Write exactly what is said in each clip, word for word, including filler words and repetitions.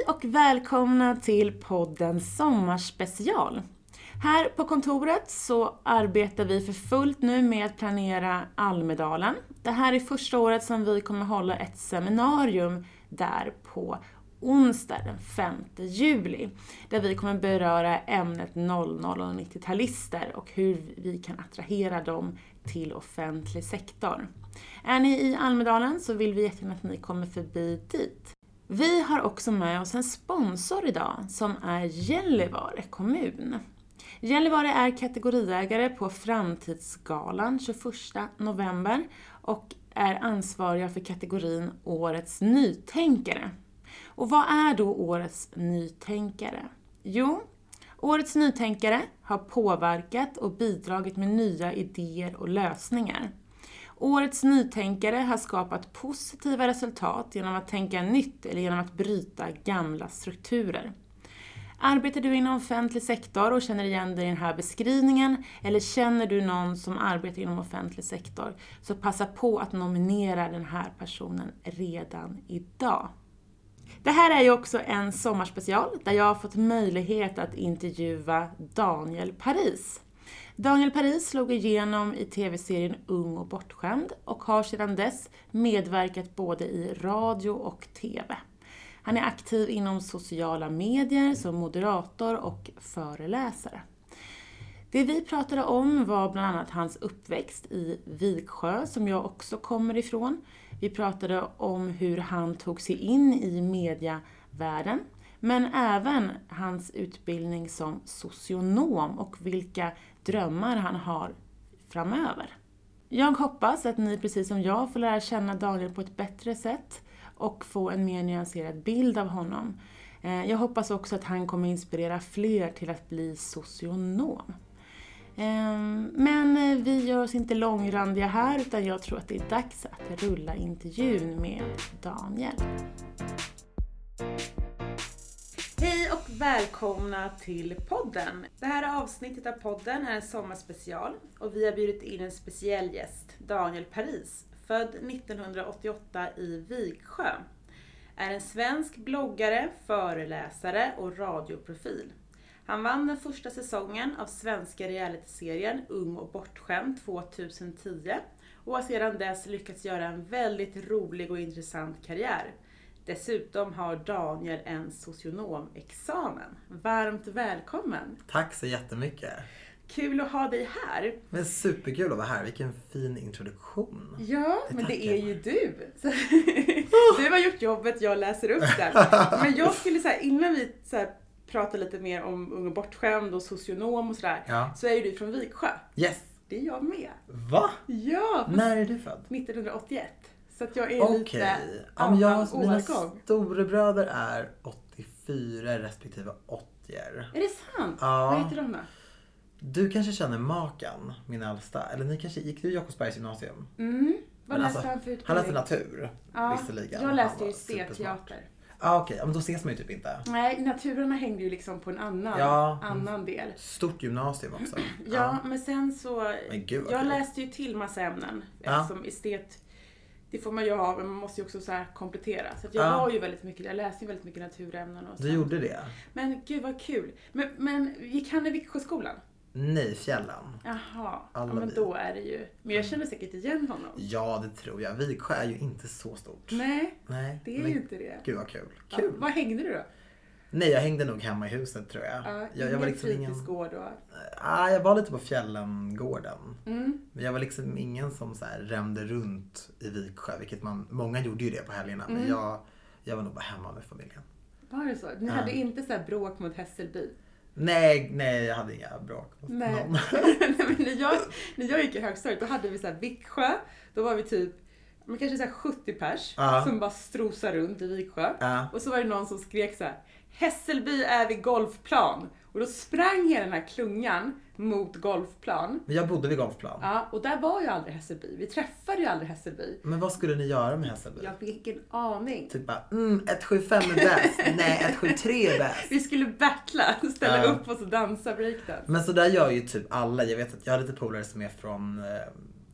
och välkomna till podden Sommarspecial. Här på kontoret så arbetar vi för fullt nu med att planera Almedalen. Det här är första året som vi kommer hålla ett seminarium där på onsdag den femte juli. Där vi kommer beröra ämnet noll noll och nittio-talister och hur vi kan attrahera dem till offentlig sektor. Är ni i Almedalen så vill vi jättegärna att ni kommer förbi dit. Vi har också med oss en sponsor idag som är Gällivare kommun. Gällivare är kategoriägare på Framtidsgalan tjugoförsta november och är ansvariga för kategorin Årets nytänkare. Och vad är då Årets nytänkare? Jo, Årets nytänkare har påverkat och bidragit med nya idéer och lösningar. Årets nytänkare har skapat positiva resultat genom att tänka nytt eller genom att bryta gamla strukturer. Arbetar du inom offentlig sektor och känner igen dig i den här beskrivningen, eller känner du någon som arbetar inom offentlig sektor, så passa på att nominera den här personen redan idag. Det här är ju också en sommarspecial där jag har fått möjlighet att intervjua Daniel Paris. Daniel Paris slog igenom i tv-serien Ung och bortskämd och har sedan dess medverkat både i radio och tv. Han är aktiv inom sociala medier som moderator och föreläsare. Det vi pratade om var bland annat hans uppväxt i Viksjö som jag också kommer ifrån. Vi pratade om hur han tog sig in i medievärlden, men även hans utbildning som socionom och vilka drömmar han har framöver. Jag hoppas att ni precis som jag får lära känna Daniel på ett bättre sätt och få en mer nyanserad bild av honom. Jag hoppas också att han kommer inspirera fler till att bli socionom. Men vi gör oss inte långrandiga här, utan jag tror att det är dags att rulla intervjun med Daniel. Hej och välkomna till podden. Det här avsnittet av podden är en sommarspecial och vi har bjudit in en speciell gäst, Daniel Paris, född nittonhundraåttioåtta i Viksjö. Är en svensk bloggare, föreläsare och radioprofil. Han vann den första säsongen av svenska realityserien Ung och bortskämd tjugohundratio och har sedan dess lyckats göra en väldigt rolig och intressant karriär. Dessutom har Daniel en socionomexamen. Varmt välkommen! Tack så jättemycket! Kul att ha dig här. Men superkul att vara här. Vilken fin introduktion. Ja, det men det är ju du. Du har gjort jobbet, jag läser upp det. Men jag skulle säga innan vi så här, pratar lite mer om Ung och bortskämd och socionom och sådär. Ja. Så är ju du från Viksjö. Yes! Det är jag med. Va? Ja. När är du född? nittonhundraåttioett. Så att jag är okay. lite ja, men jag, årgång. Mina storebröder är åttiofyra respektive åttio. Är det sant? Ja. Vad heter de då? Du kanske känner Makan, min äldsta. Eller ni kanske gick du i Jakobsbergs gymnasium? Mm. Vad läste alltså, han för utbildning? Han läste natur. Ja, visserligen. jag läste ju estetteater. Ja, okej. Okay. Men då ses man ju typ inte. Nej, naturerna hängde ju liksom på en annan, ja, annan del. Stort gymnasium också. ja, ja, men sen så... Men gud, jag kul. läste ju till massa ämnen. Ja. Eftersom estet... Det får man ju ha, men man måste ju också så här komplettera. Så att jag ja. har ju väldigt mycket, jag läste ju väldigt mycket naturämnen och så. Du gjorde det? Men gud vad kul. Men, men gick han i Viksjöskolan? Nej, Fjällen. Jaha, ja, men då är det ju... Men jag känner säkert igen honom. Ja, det tror jag. Viksjö är ju inte så stort. Nej, Nej det är men, ju inte det. Gud vad kul. Ja, kul. vad hängde du då? Nej, jag hängde nog hemma i huset tror jag. Ja, jag, jag var liksom fritidsgård ingen... och... Ja, jag var lite på Fjällengården. Mm. Men jag var liksom ingen som så här rände runt i Viksjö. Vilket man... Många gjorde ju det på helgerna. Mm. Men jag, jag var nog bara hemma med familjen. Var det så? Ni ja. hade inte så här bråk mot Hässelby? Nej, nej, jag hade inga bråk mot nej. någon. nej, men när jag, när jag gick i högstadiet, då hade vi så här Viksjö. Då var vi typ, men kanske så här sjuttio pers uh-huh. som bara strosade runt i Viksjö. Uh-huh. Och så var det någon som skrek så här: Hässelby är vid golfplan. Och då sprang hela den här klungan mot golfplan. Men jag bodde vid golfplan. Ja, och där var ju aldrig Hässelby. Vi träffade ju aldrig Hässelby. Men vad skulle ni göra med Hässelby? Jag fick ingen aning. Typ bara, mm, ett sju fem är bäst. Nej, ett sju tre är bäst. Vi skulle battla, ställa ja. upp och så dansa breakdance. Men så där gör ju typ alla. Jag vet att jag har lite polare som är från eh,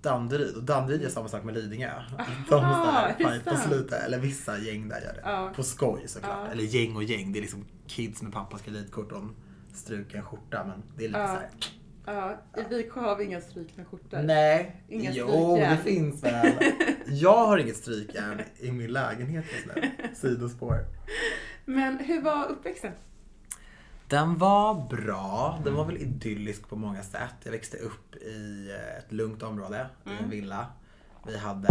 Danderyd. Och Danderyd är samma sak med Lidingö. De Aha, fightas lite. Eller vissa gäng där gör det. Ja. På skoj såklart. Ja. Eller gäng och gäng. Det är liksom kids med pappas kreditkort och en struken skjorta. Men det är lite Ja. så här. Ja, i Viksjö har vi inga strykna skjortor. Nej. Inga jo, strykjärn. det finns väl. Jag har inget strykjärn i min lägenhet just nu. Sidospår. Men hur var uppväxten? Den var bra. Den var väl idyllisk på många sätt. Jag växte upp i ett lugnt område, mm. i en villa. Vi hade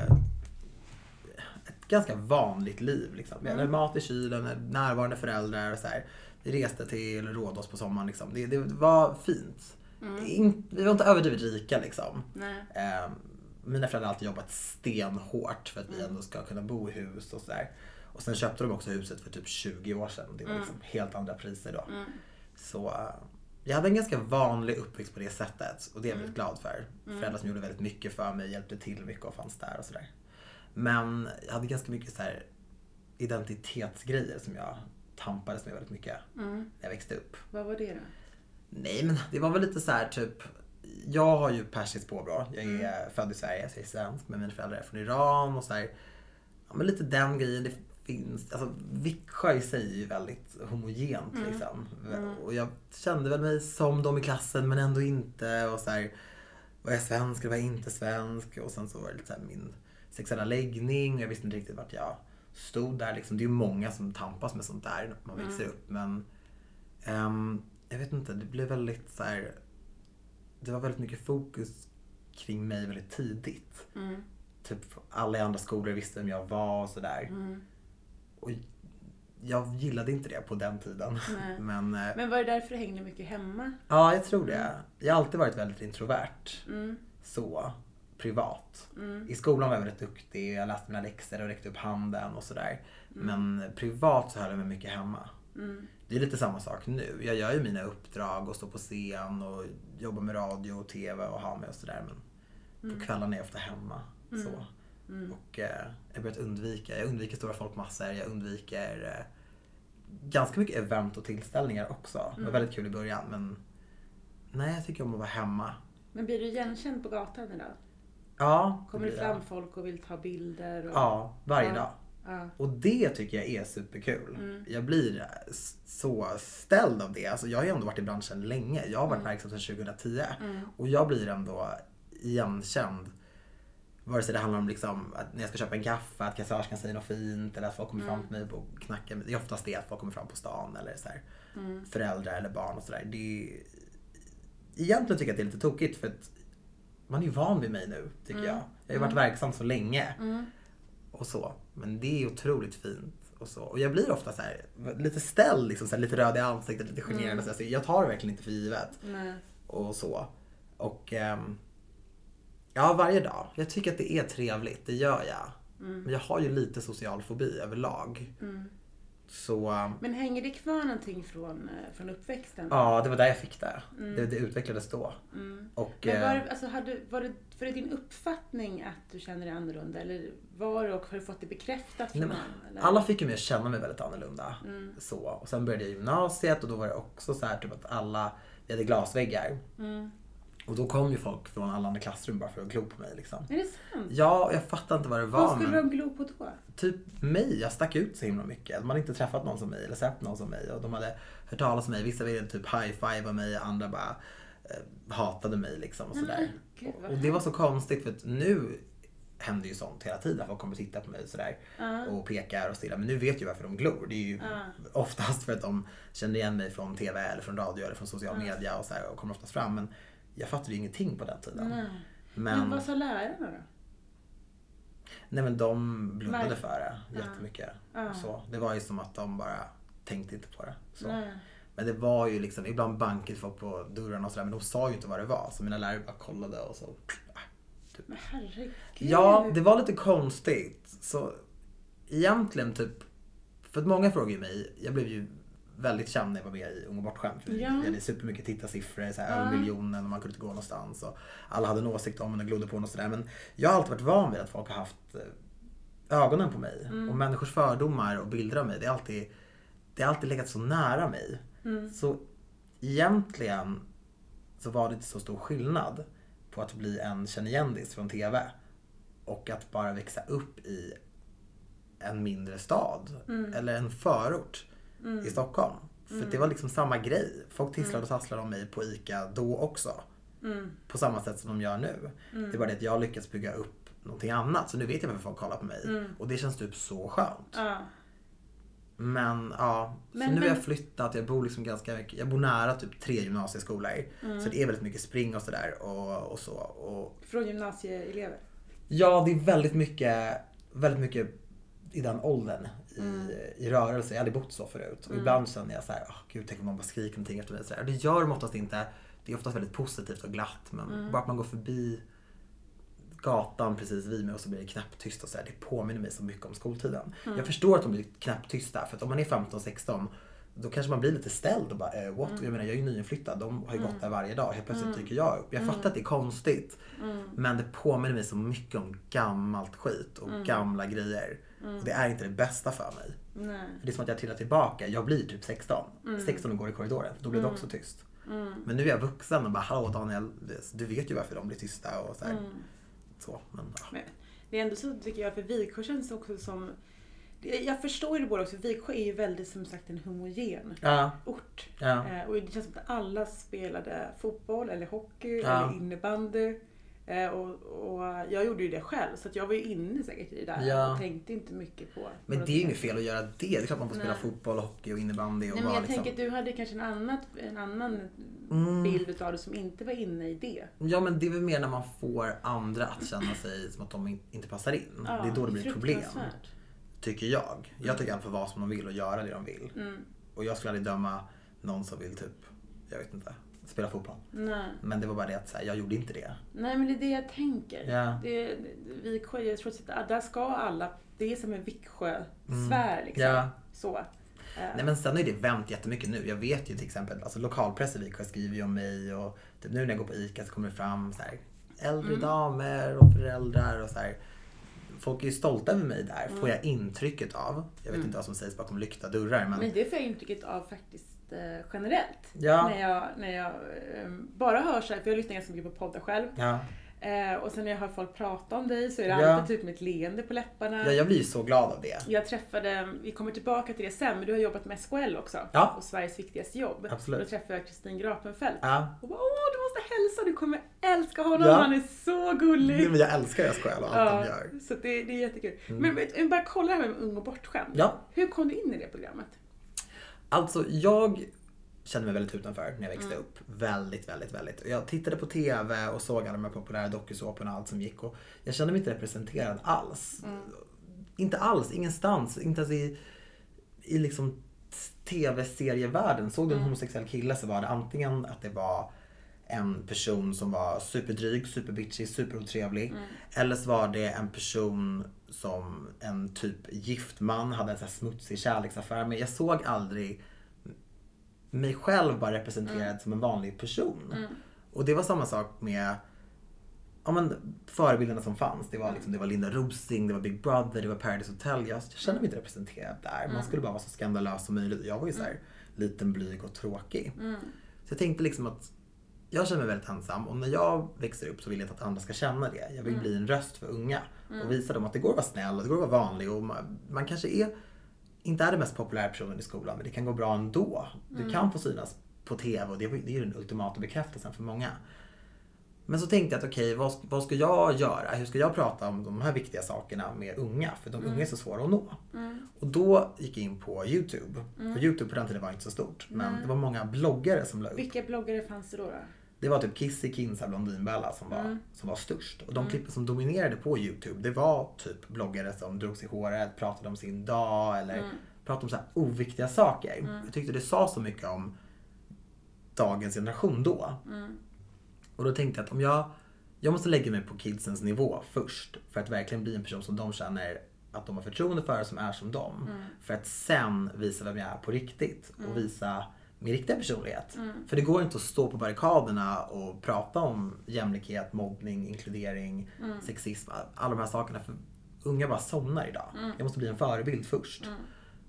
ett ganska vanligt liv. Liksom. Vi hade mm. mat i kylen, närvarande föräldrar och så här. Vi reste till Rhodos på sommaren. Liksom. Det, det var fint. Mm. In, vi var inte överdrivet rika. Liksom. Eh, mina föräldrar har alltid jobbat stenhårt för att vi ändå ska kunna bo i hus och sådär. Och sen köpte de också huset för typ tjugo år sedan. Det var mm. liksom helt andra priser då. Mm. Så uh, jag hade en ganska vanlig uppväxt på det sättet. Och det är jag väldigt glad för. Mm. Föräldrar som gjorde väldigt mycket för mig, hjälpte till mycket och fanns där och sådär. Men jag hade ganska mycket så här identitetsgrejer som jag tampades med väldigt mycket mm. när jag växte upp. Vad var det då? Nej, men det var väl lite så här typ... Jag har ju persiskt påbrå. Jag är mm. född i Sverige, så jag är svensk. Men mina föräldrar är från Iran och så här. Ja, men lite den grejen. Det finns, alltså Viksjö i sig är ju väldigt homogent mm. liksom. Mm. Och jag kände väl mig som de i klassen men ändå inte. Och så här, var jag svensk eller var jag inte svensk? Och sen så var det lite så här min sexuella läggning. Och jag visste inte riktigt vart jag stod där liksom. Det är ju många som tampas med sånt där när man växer mm. upp. Men um, jag vet inte, det blev väldigt så här. Det var väldigt mycket fokus kring mig väldigt tidigt. Mm. Typ alla i andra skolor visste vem jag var och sådär. Mm. Och jag gillade inte det på den tiden. Men, Men var det därför du hängde mycket hemma? Ja, jag tror det. Jag har alltid varit väldigt introvert. Mm. Så, privat. Mm. I skolan var jag väldigt duktig. Jag läste mina läxor och räckte upp handen och sådär. Mm. Men privat så höll jag mig mycket hemma. Mm. Det är lite samma sak nu. Jag gör ju mina uppdrag och står på scen och jobbar med radio och tv och har mig och sådär. Men mm. på kvällarna är jag ofta hemma. Mm. Så. Mm. Och eh, jag har börjat undvika. Jag undviker stora folkmassor. Jag undviker eh, ganska mycket event och tillställningar också. Mm. Det var väldigt kul i början. Men nej, jag tycker om att vara hemma. Men blir du igenkänd på gatan idag? Ja. Kommer det fram folk och vill ta bilder? Och... Ja, varje ja. dag. Ja. Och det tycker jag är superkul. Mm. Jag blir så ställd av det. Alltså jag har ju ändå varit i branschen länge. Jag har varit mm. verksam sedan tjugohundratio. Mm. Och jag blir ändå igenkänd. Vare sig det handlar om liksom att när jag ska köpa en kaffe, att kassörs kan säga något fint. Eller att folk kommer mm. fram till mig och knackar. Det är oftast det att folk kommer fram på stan. Eller så här, mm. föräldrar eller barn och sådär. Det är... Egentligen tycker jag att det är lite tokigt. För att man är ju van vid mig nu, tycker mm. jag. Jag har ju varit mm. verksam så länge. Mm. Och så. Men det är otroligt fint. Och, så. Och jag blir ofta så här, lite ställd, liksom, så här, lite röd i ansiktet, lite generande. Mm. Så här, så jag tar det verkligen inte för givet. Mm. Och så. Och ähm, ja, varje dag. Jag tycker att det är trevligt, det gör jag. Mm. Men jag har ju lite social fobi överlag. Mm. Så, ähm, men hänger det kvar någonting från, från uppväxten? Ja, det var där jag fick det. Mm. Det, det utvecklades då. Mm. Och, men var, äh, alltså, hade, var, det, var det din uppfattning att du känner dig annorlunda? Eller var det och har du fått det bekräftat från någon? Eller? Alla fick ju mig att känna mig väldigt annorlunda. Mm. Så. Och sen började jag i gymnasiet och då var det också så här typ att alla, vi hade glasväggar. Mm. Och då kom ju folk från alla andra klassrum bara för att glo på mig liksom. Är det sant? Ja, jag fattar inte vad det var. Vad skulle men... de glo på då? Typ mig, jag stack ut så himla mycket. De hade inte träffat någon som mig eller sett någon som mig. Och de hade hört talas om mig. Vissa ville typ high-five av mig, andra bara eh, hatade mig liksom och sådär. Mm, och, och det var så konstigt för att nu händer ju sånt hela tiden. Folk kommer och tittar på mig sådär uh. och pekar och stirrar. Men nu vet ju varför de glor. Det är ju uh. oftast för att de känner igen mig från tv eller från radio eller från social uh. media och, så här, och kommer oftast fram. Men jag fattade ju ingenting på den tiden. Nej. Men, men vad sa lärarna då? Nej, men de blundade Nej. för det jättemycket. Ja. Så, det var ju som att de bara tänkte inte på det. Så. Men det var ju liksom, ibland bankade folk på dörrarna och sådär, men de sa ju inte vad det var. Så mina lärare bara kollade och så... Typ. Men herregud. Ja, det var lite konstigt. Så egentligen typ... För att många frågar ju mig, jag blev ju väldigt känd när jag var med i Ung och bortskämd. För ja. Vi hade supermycket tittarsiffror, så här, ja. över miljonen och man kunde inte gå någonstans. Och alla hade en åsikt om en och glodde på och sådär. Men jag har alltid varit van vid att folk har haft ögonen på mig. Mm. Och människors fördomar och bilder av mig, det är alltid, det har alltid legat så nära mig. Mm. Så egentligen så var det inte så stor skillnad på att bli en kändis från tv. Och att bara växa upp i en mindre stad. Mm. Eller en förort mm. i Stockholm. För mm. det var liksom samma grej. Folk tisslade och tasslade om mig på ICA då också. Mm. På samma sätt som de gör nu. Mm. Det är bara det att jag lyckats bygga upp någonting annat. Så nu vet jag varför folk kollar på mig. Mm. Och det känns typ så skönt. Ja. Men ja, men, så nu har jag flyttat. Jag bor liksom ganska mycket. Jag bor nära typ tre gymnasieskolor. Mm. Så det är väldigt mycket spring och sådär. Och, och så. Och... Från gymnasieelever? Ja, det är väldigt mycket, väldigt mycket i den åldern i, mm. i rörelse. Jag hade bott så förut. Och mm. ibland känner jag så här, åh gud, tänk om man bara skriker någonting efter mig. Så där. Och det gör de oftast inte. Det är oftast väldigt positivt och glatt. Men mm. bara att man går förbi gatan precis vid mig och så blir det knäpptyst och så här. Det påminner mig så mycket om skoltiden. Mm. Jag förstår att de blir knäpptysta. För att om man är femton sexton då kanske man blir lite ställd och bara, eh, what? Mm. Jag menar, jag är ju nyinflyttad. De har ju mm. gått där varje dag. Helt plötsligt mm. dyker jag upp. Jag mm. fattar att det är konstigt. Mm. Men det påminner mig så mycket om gammalt skit och mm. gamla grejer. Mm. Och det är inte det bästa för mig. Nej. För det är som att jag trillar tillbaka. Jag blir typ sexton. Mm. sexton och går i korridoren. Då blir det också tyst. Mm. Men nu är jag vuxen och bara, hallå Daniel, du vet ju varför de blir tysta och så här. Mm. Så, men, ja. Men det är ändå så, tycker jag, för Viksjö känns också som... Jag förstår det både också. Viksjö är ju väldigt, som sagt, en homogen ja. ort. Ja. Eh, och det känns som att alla spelade fotboll eller hockey ja. eller innebandy. Eh, och, och jag gjorde ju det själv. Så att jag var ju inne säkert i det där. Ja. Och tänkte inte mycket på... Men det är ju inget fel att göra det. Det är klart man får spela Nej. fotboll, hockey och innebandy. Och Nej, bara, men jag liksom... tänker att du hade kanske en, annat, en annan mm. bild av det som inte var inne i det. Ja, men det är väl mer när man får andra att känna sig som att de inte passar in. Ja, det är då det blir ett problem. Tycker jag. Jag tycker att få vara som de vill och göra det de vill. Mm. Och jag skulle aldrig döma någon som vill typ, jag vet inte, spela fotboll. Nej. Men det var bara det att så här, jag gjorde inte det. Nej, men det är det jag tänker. Ja. Det, Viksjö, jag tror att där ska alla, det är som en Viksjö-sfär liksom. Ja. Så. Nej, men sen är det vänt jättemycket nu. Jag vet ju till exempel, alltså lokalpress i Viksjö skriver ju om mig och typ nu när jag går på ICA så kommer det fram så här, äldre mm. damer och föräldrar och så här. Folk är ju stolta över mig där, mm. får jag intrycket av. Jag vet mm. inte vad som sägs bakom lyckta dörrar. Men, men det får jag intrycket av faktiskt eh, generellt. Ja. När jag, när jag eh, bara hör så här, för jag lyssnar ganska mycket på poddar själv. Ja. Eh, och sen när jag hör folk prata om dig så är det ja. alltid typ med ett leende på läpparna. Ja, jag blir så glad av det. Jag träffade, vi kommer tillbaka till det sen, men du har jobbat med S K L också. Ja. Och Sveriges viktigaste jobb. Absolut. Då träffade jag Kristin Grapenfält. Ja. Och bara, åh du måste hälsa, du kommer älska honom, ja. han är så gullig. Nej, men jag älskar S K L och allt ja, de gör. Så det, det är jättekul. Mm. Men vet, jag bara kolla det här med Ung och bortskämd. Ja. Hur kom du in i det programmet? Alltså, jag kände mig väldigt utanför när jag växte mm. upp. Väldigt, väldigt, väldigt. Och jag tittade på tv och såg alla de här populära dokusåporna och allt som gick. Och jag kände mig inte representerad alls. Mm. Inte alls, ingenstans. Inte ens i, i liksom tv-serievärlden. Såg du en mm. homosexuell kille så var det antingen att det var en person som var superdryg, superbitchig, superotrevlig. Mm. Eller så var det en person som en typ gift man hade en så här smutsig kärleksaffär med. Jag såg aldrig mig själv bara representerad mm. som en vanlig person. Mm. Och det var samma sak med ja, men, förebilderna som fanns. Det var, liksom, det var Linda Rosing, det var Big Brother, det var Paradise Hotel. Jag, jag kände mig inte representerad där. Man mm. skulle bara vara så skandalös som möjligt. Jag var ju så här mm. liten, blyg och tråkig. Mm. Så jag tänkte liksom att jag känner mig väldigt ensam. Och när jag växer upp så vill jag att andra ska känna det. Jag vill mm. bli en röst för unga. Mm. Och visa dem att det går att vara snäll och det går att vara vanlig. Och man, man kanske är inte är det mest populära personen i skolan, men det kan gå bra ändå. Du mm. kan få synas på tv och det är ju den ultimata bekräftelsen för många. Men så tänkte jag att okej, okay, vad, vad ska jag göra? Hur ska jag prata om de här viktiga sakerna med unga? För de mm. unga är så svåra att nå. Mm. Och då gick jag in på YouTube. Mm. För YouTube på den tiden var inte så stort. Men mm. det var många bloggare som la upp. Vilka bloggare fanns det då? då? Det var typ Kissy, Kinsa, Blondinbella som var, mm. som var störst. Och de mm. klippen som dominerade på YouTube, det var typ bloggare som drogs i håret, pratade om sin dag eller mm. pratade om så här oviktiga saker. Mm. Jag tyckte det sa så mycket om dagens generation då. Mm. Och då tänkte jag att om jag, jag måste lägga mig på kidsens nivå först för att verkligen bli en person som de känner att de har förtroende för och som är som dem. Mm. För att sen visa vem jag är på riktigt och mm. visa min riktiga personlighet. Mm. För det går inte att stå på barrikaderna och prata om jämlikhet, mobbning, inkludering, mm. sexism, alla de här sakerna. För unga bara somnar idag. Mm. Jag måste bli en förebild först. Mm.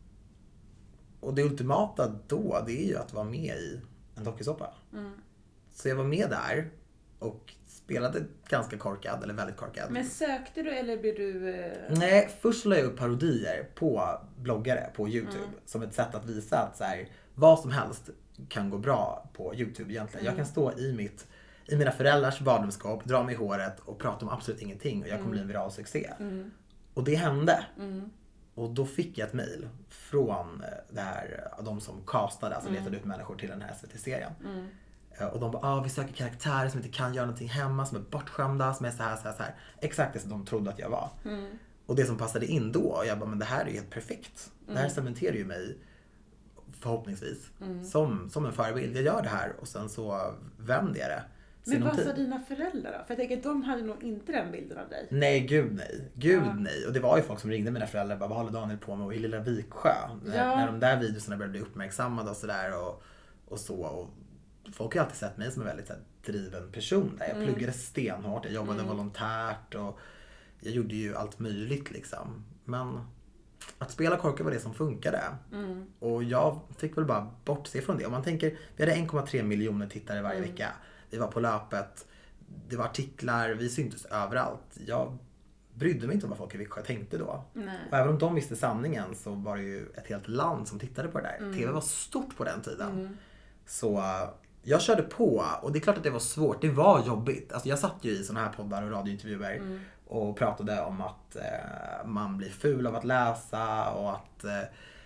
Och det ultimata då, det är ju att vara med i en dokusåpa. Mm. Så jag var med där Och spelade ganska korkad, eller väldigt korkad. Men sökte du eller blev du... Eh... Nej, först la jag upp parodier på bloggare på YouTube. Mm. Som ett sätt att visa att så här, vad som helst kan gå bra på YouTube egentligen. Mm. Jag kan stå i, mitt, i mina föräldrars badrumsskåp, dra mig i håret och prata om absolut ingenting. Och jag kommer mm. bli en viral succé. Mm. Och det hände. Mm. Och då fick jag ett mejl från det här, de som castade, alltså mm. letade ut människor till den här S V T-serien. Mm. Och de bara, ah, vi söker karaktärer som inte kan göra någonting hemma, som är bortskämda, som är så här, så här, så här. Exakt det som de trodde att jag var. Mm. Och det som passade in då, och jag bara, men det här är ju helt perfekt. Mm. Det här cementerar ju mig, förhoppningsvis, mm. som, som en förebild. Jag gör det här och sen så vänder jag det. Men vad sa dina föräldrar då? För jag tänker att de hade nog inte den bilden av dig. Nej, gud nej. Gud ja. nej. Och det var ju folk som ringde mina föräldrar och bara, vad håller Daniel på med? Och i Lilla Viksjö. Ja. När, när de där videorna började bli uppmärksammade och sådär och, och så. Och folk har alltid sett mig som en väldigt så här, driven person där. Jag mm. pluggade stenhårt, jag jobbade mm. volontärt och jag gjorde ju allt möjligt liksom. Men att spela korkad var det som funkade. Mm. Och jag fick väl bara bortse från det. Om man tänker, vi hade en komma tre miljoner tittare varje mm. vecka. Vi var på löpet, det var artiklar, vi syntes överallt. Jag brydde mig inte om vad folk i Viksjö tänkte då. Nej. Och även om de visste sanningen så var det ju ett helt land som tittade på det där. Mm. T V var stort på den tiden. Mm. Så jag körde på och det är klart att det var svårt. Det var jobbigt. Alltså jag satt ju i såna här poddar och radiointervjuer mm. och pratade om att eh, man blir ful av att läsa och att eh,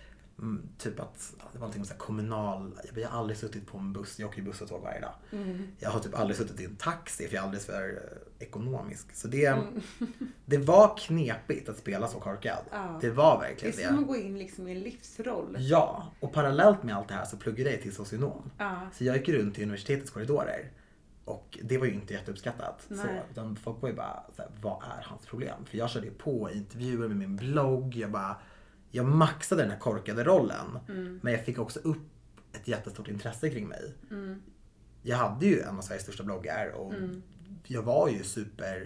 typ att det var någonting om så här kommunal, jag har aldrig suttit på en buss, jag åker ju buss och tåg varje dag. Mm. Jag har typ aldrig suttit i en taxi för jag är alldeles för eh, ekonomisk. Så det, mm. det var knepigt att spela så korkad. Ja. Det var verkligen det. Det är som att gå in liksom i en livsroll. Ja, och parallellt med allt det här så pluggade jag till socionom. Ja. Så jag gick runt i universitetets korridorer. Och det var ju inte jätteuppskattat. Så, utan folk var ju bara så här, vad är hans problem? För jag körde ju på intervjuer med min blogg. Jag bara, jag maxade den här korkade rollen. Mm. Men jag fick också upp ett jättestort intresse kring mig. Mm. Jag hade ju en av Sveriges största bloggar. Och mm. jag var ju super...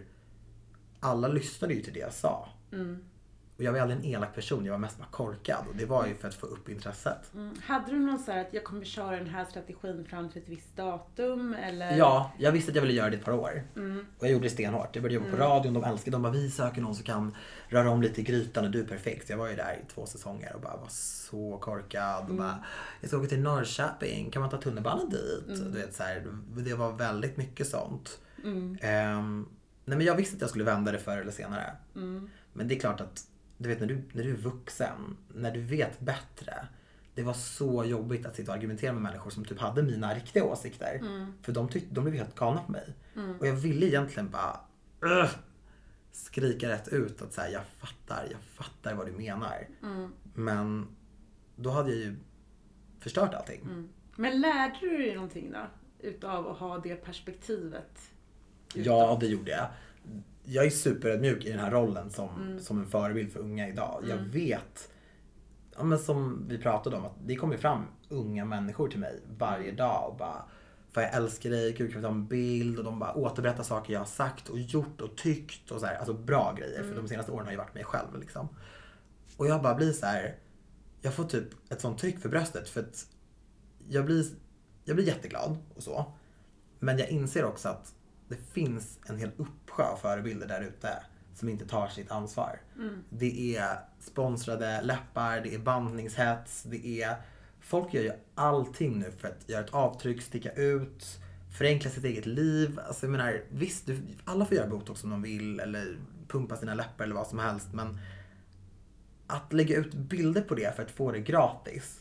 Alla lyssnade ju till det jag sa. Mm. Och jag var aldrig en elak person, jag var mest bara korkad. Och det var ju för att få upp intresset. Mm. Hade du någon så här att jag kommer köra den här strategin fram till ett visst datum? Eller? Ja, jag visste att jag ville göra det ett par år. Mm. Och jag gjorde det stenhårt. Jag började jobba mm. på radion, de älskade. De bara, vi söker någon som kan röra om lite i grytan och du är perfekt. Jag var ju där i två säsonger och bara var så korkad. Mm. Och bara, jag ska åka till Norrköping, kan man ta tunnelbanan dit? Mm. Du vet, så här, det var väldigt mycket sånt. Mm. Um, nej, men jag visste att jag skulle vända det förr eller senare. Mm. Men det är klart att du vet när du, när du är vuxen, när du vet bättre. Det var så jobbigt att sitta och argumentera med människor som typ hade mina riktiga åsikter. Mm. För de, tyck, de blev helt galna på mig. Mm. Och jag ville egentligen bara uh, skrika rätt ut att så här, jag fattar, jag fattar vad du menar. Mm. Men då hade jag ju förstört allting. Mm. Men lärde du dig någonting då? Utav att ha det perspektivet? Utav? Ja, det gjorde jag. Jag är superödmjuk i den här rollen som, mm. som en förebild för unga idag. Mm. Jag vet, ja, men som vi pratade om, att det kommer fram unga människor till mig varje dag och bara, för jag älskar dig, gud kan vi ta en bild? Och de bara återberättar saker jag har sagt och gjort och tyckt och så här, alltså bra grejer. Mm. För de senaste åren har jag varit mig själv liksom. Och jag bara blir så här, jag får typ ett sånt tryck för bröstet för att jag blir, jag blir jätteglad och så. Men jag inser också att det finns en hel uppsjö av förebilder där ute som inte tar sitt ansvar. Mm. Det är sponsrade läppar, det är bandningshets, det är... Folk gör ju allting nu för att göra ett avtryck, sticka ut, förenkla sitt eget liv. Alltså jag menar, visst, du, alla får göra botox som de vill eller pumpa sina läppar eller vad som helst. Men att lägga ut bilder på det för att få det gratis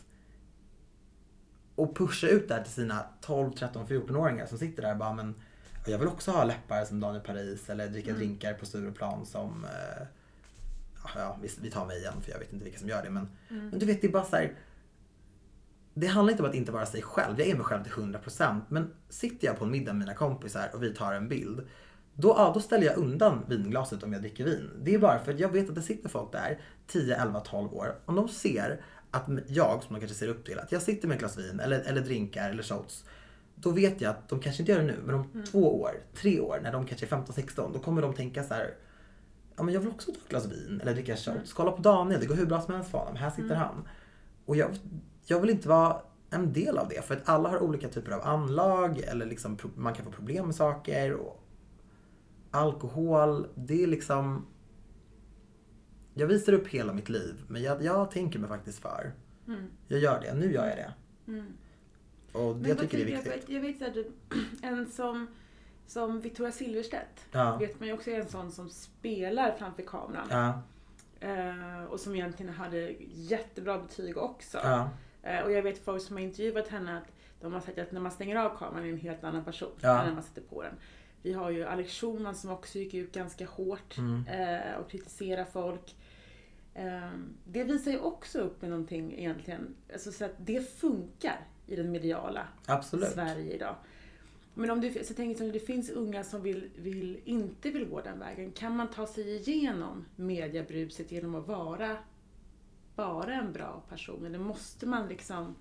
och pusha ut det här till sina tolv, tretton, fjorton-åringar som sitter där och bara, men jag vill också ha läppar som Daniel Paris eller dricka mm. drinkar på Stureplan som eh, ja, vi, vi tar mig igen för jag vet inte vilka som gör det men, mm. men du vet, det är bara så här, det handlar inte om att inte vara sig själv, jag är mig själv till hundra procent, men sitter jag på en middag med mina kompisar och vi tar en bild då, ja, då ställer jag undan vinglaset om jag dricker vin. Det är bara för att jag vet att det sitter folk där tio, elva, tolv år, om de ser att jag, som de kanske ser upp till, att jag sitter med ett glas vin eller, eller drinkar eller shots. Då vet jag att de kanske inte gör det nu, men om mm. två år, tre år, när de kanske är femton sexton, då kommer de tänka så här: ja men jag vill också ta ett glas vin eller dricka shots. Mm. Kolla på Daniel, det går hur bra som helst för honom. Här sitter mm. han. Och jag, jag vill inte vara en del av det. För att alla har olika typer av anlag. Eller liksom man kan få problem med saker. Och alkohol, det är liksom... Jag visar upp hela mitt liv. Men jag, jag tänker mig faktiskt för. Mm. Jag gör det. Nu gör jag det. Mm. Och det jag tycker det är viktigt. Jag vet, jag vet att en som, som Victoria Silvstedt. Ja. Vet man ju också är en sån som spelar framför kameran. Ja. Uh, och som egentligen hade jättebra betyg också. Ja. Uh, och jag vet folk som har intervjuat henne att de har sagt att när man stänger av kameran är en helt annan person ja. än när man sätter på den. Vi har ju Alex Schulman som också gick ut ganska hårt mm. uh, och kritiserar folk. Uh, det visar ju också upp med någonting egentligen. Alltså, så att det funkar i den mediala Absolut. Sverige idag. Men om det, så tänker jag, om det finns unga som vill, vill, inte vill gå den vägen, kan man ta sig igenom mediebruset genom att vara bara en bra person? Eller måste man liksom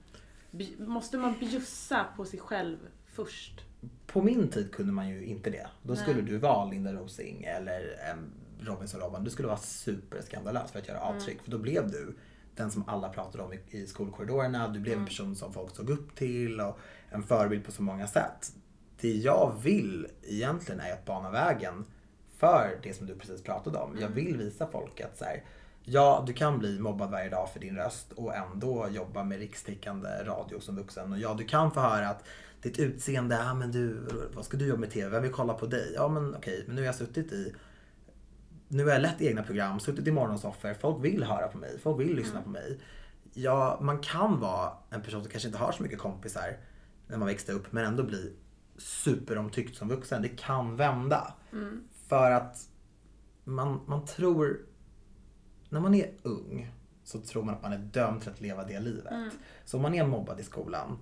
måste man bjussa på sig själv först? På min tid kunde man ju inte det. Då Nej. skulle du vara Linda Rosing eller um, Robinson Robban. Du skulle vara superskandalös för att göra avtryck. Mm. För då blev du den som alla pratade om i, i skolkorridorerna. Du blev mm. en person som folk såg upp till och en förebild på så många sätt. Det jag vill egentligen är att bana vägen för det som du precis pratade om. Mm. Jag vill visa folk att så här, ja, du kan bli mobbad varje dag för din röst och ändå jobba med rikstäckande radio som vuxen. Och ja, du kan få höra att ditt utseende, ja men du, vad ska du jobba med tv? Vem vill kolla på dig? Ja men okej, men nu har jag suttit i, nu har jag lett egna program, suttit i morgonsoffer. Folk vill höra på mig, folk vill lyssna mm. på mig. Ja, man kan vara en person som kanske inte har så mycket kompisar när man växte upp, men ändå bli superomtyckt som vuxen. Det kan vända. Mm. För att man, man tror, när man är ung så tror man att man är dömd till att leva det livet. Mm. Så om man är mobbad i skolan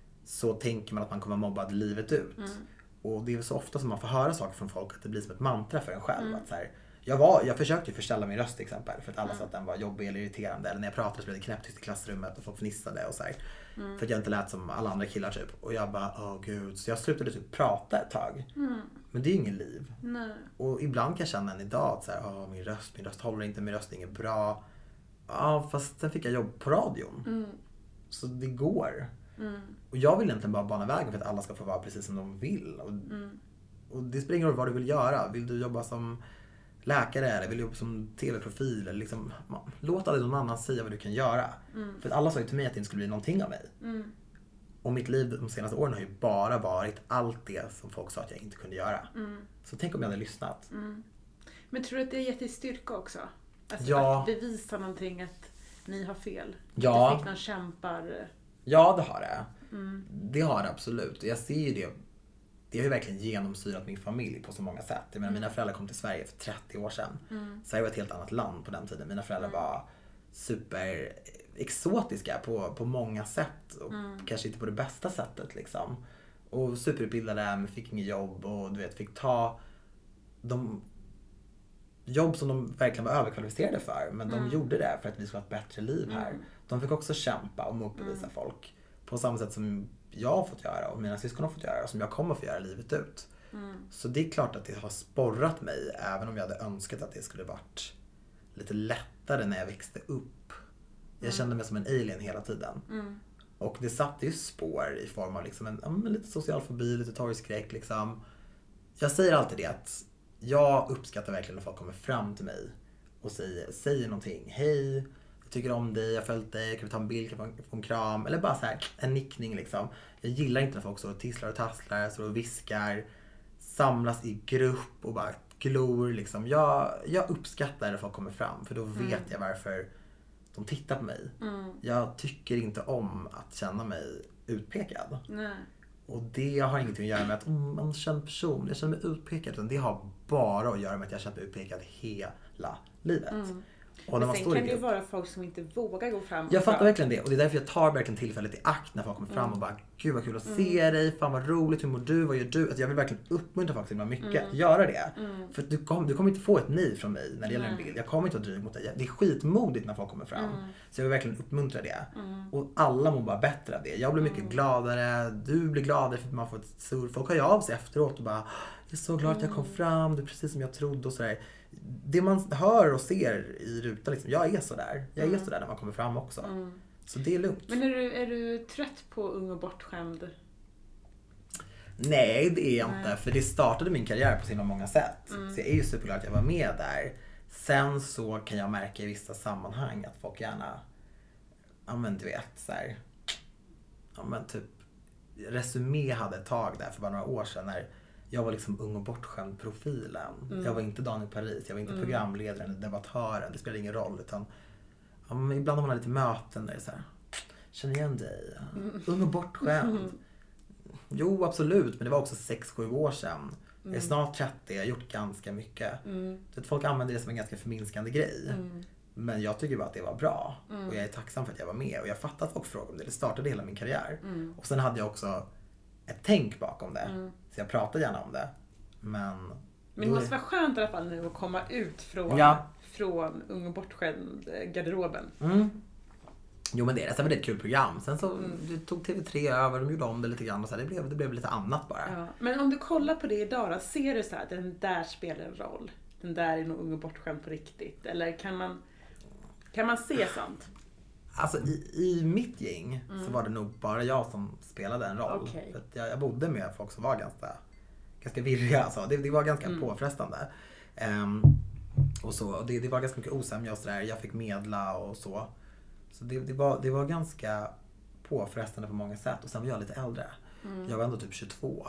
så tänker man att man kommer vara mobbad livet ut. Mm. Och det är så ofta som man får höra saker från folk att det blir som ett mantra för en själv. Mm. Att så här, jag, var, jag försökte ju förställa min röst till exempel för att alla Mm. sa att den var jobbig eller irriterande. Eller när jag pratade så blev det knäpptyst i klassrummet och folk fnissade och så här. Mm. För att jag inte lät som alla andra killar typ. Och jag bara, åh gud. Så jag slutade typ prata ett tag. Mm. Men det är ju ingen liv. Nej. Och ibland kan jag känna än idag att så här, åh, min röst, min röst håller inte, min röst är inget bra. Ja, fast sen fick jag jobb på radion. Mm. Så det går. Mm. Och jag vill egentligen bara bana vägen för att alla ska få vara precis som de vill. Och, Mm. och det spelar ingen roll vad du vill göra. Vill du jobba som läkare eller vill du jobba som tv-profil? Eller liksom, man, låt aldrig någon annan säga vad du kan göra. Mm. För att alla sa ju till mig att det inte skulle bli någonting av mig. Mm. Och mitt liv de senaste åren har ju bara varit allt det som folk sa att jag inte kunde göra. Mm. Så tänk om jag hade lyssnat. Mm. Men tror du att det är jättestyrka också? Alltså Ja. att bevisa någonting att ni har fel? Ja. Du fick någon kämpar... Ja, det har det. Mm. Det har det absolut. Jag ser ju det. Det har ju verkligen genomsyrat min familj på så många sätt. Jag menar, Mm. mina föräldrar kom till Sverige för trettio år sedan. Mm. Sverige var ett helt annat land på den tiden. Mina föräldrar Mm. var super exotiska på, på många sätt. Och Mm. kanske inte på det bästa sättet liksom. Och superutbildade men fick inget jobb. Och du vet, fick ta de jobb som de verkligen var överkvalificerade för. Men de Mm. gjorde det för att vi skulle ha ett bättre liv här. Mm. De fick också kämpa och motbevisa Mm. folk. På samma sätt som jag har fått göra och mina syskon har fått göra och som jag kommer att få göra livet ut. Mm. Så det är klart att det har sporrat mig även om jag hade önskat att det skulle varit lite lättare när jag växte upp. Jag Mm. kände mig som en alien hela tiden. Mm. Och det satte ju spår i form av liksom en, ja, men lite social fobi, lite torgskräck liksom. Jag säger alltid det att jag uppskattar verkligen när folk kommer fram till mig och säger, säger någonting. Hej, jag tycker om dig, jag har följt dig, kan vi ta en bild, kan vi få en kram? Eller bara så här, en nickning liksom. Jag gillar inte när folk står och tisslar och tasslar, står och viskar, samlas i grupp och bara glor liksom. Jag, jag uppskattar när folk kommer fram för då vet Mm. jag varför de tittar på mig. Mm. Jag tycker inte om att känna mig utpekad. Nej. Och det har ingenting att göra med att mm, man känner person, jag känner mig utpekad. Utan det har bara att göra med att jag känner mig utpekad hela livet. Mm. Och när Men man sen står i kan det ju grupp, vara folk som inte vågar gå fram. och jag fattar fram. verkligen det. Och det är därför jag tar verkligen tillfället i akt när folk kommer fram Mm. och bara, gud vad kul att Mm. se dig, fan vad roligt, hur mår du, vad gör du? Alltså jag vill verkligen uppmuntra folk till att mycket, Mm. göra det. Mm. För att du, kom, du kommer inte få ett nej från mig när det gäller en Nej. bild. Jag kommer inte att dryg mot dig. Det är skitmodigt när folk kommer fram. Mm. Så jag vill verkligen uppmuntra det. Mm. Och alla mår bara bättre av det. Jag blir mycket Mm. gladare, du blir gladare för att man får ett surr. Folk hör ju av sig efteråt och bara, jag är så glad att jag kom Mm. fram, det är precis som jag trodde och sådär. Det man hör och ser i rutan, liksom, jag är sådär. Jag är Mm. sådär när man kommer fram också. Mm. Så det är lugnt. Men är du, är du trött på Ung och bortskämd? Nej, det är jag Nej. inte. För det startade min karriär på så himla många sätt. Mm. Så jag är ju superglad att jag var med där. Sen så kan jag märka i vissa sammanhang att folk gärna, ja men du vet så här, ja men typ, Resumé hade ett tag där för bara några år sedan när jag var liksom ung och bortskämd profilen. Mm. Jag var inte Daniel Paris, jag var inte Mm. programledaren eller debattören, det spelade ingen roll. Utan, ja, men ibland har man lite möten där det är så här, känner igen dig, Mm. ung och bortskämd. Mm. Jo, absolut, men det var också sex sju år sedan. Jag är Mm. snart trettio, jag har gjort ganska mycket. Mm. Så att folk använder det som en ganska förminskande grej. Mm. Men jag tycker bara att det var bra. Mm. Och jag är tacksam för att jag var med. Och jag fattar att folk frågar om det. Det startade hela min karriär. Mm. Och sen hade jag också ett tänk bakom det. Mm. Så jag pratar gärna om det. Men... Men det måste vara skönt i alla fall nu att komma ut från, Ja. från Ung och bortskämd garderoben. Mm. Jo men det är det. Sen var det ett kul program. Sen så Mm. det tog T V tre över. De gjorde om det lite grann. Och så här, det, blev, det blev lite annat bara. Ja. Men om du kollar på det idag då, ser du så här att den där spelar en roll? Den där är nog Ung och bortskämd på riktigt? Eller kan man, kan man se sånt? Alltså i, i mitt gäng Mm. så var det nog bara jag som spelade en roll. Okej. För att jag, jag bodde med folk som var ganska, ganska virriga. Alltså. Det, det var ganska Mm. påfrestande. Ehm, och så, och det, det var ganska mycket osämja och sådär. Jag fick medla och så. Så det, det, var, det var ganska påfrestande på många sätt. Och sen var jag lite äldre. Mm. Jag var ändå typ tjugotvå.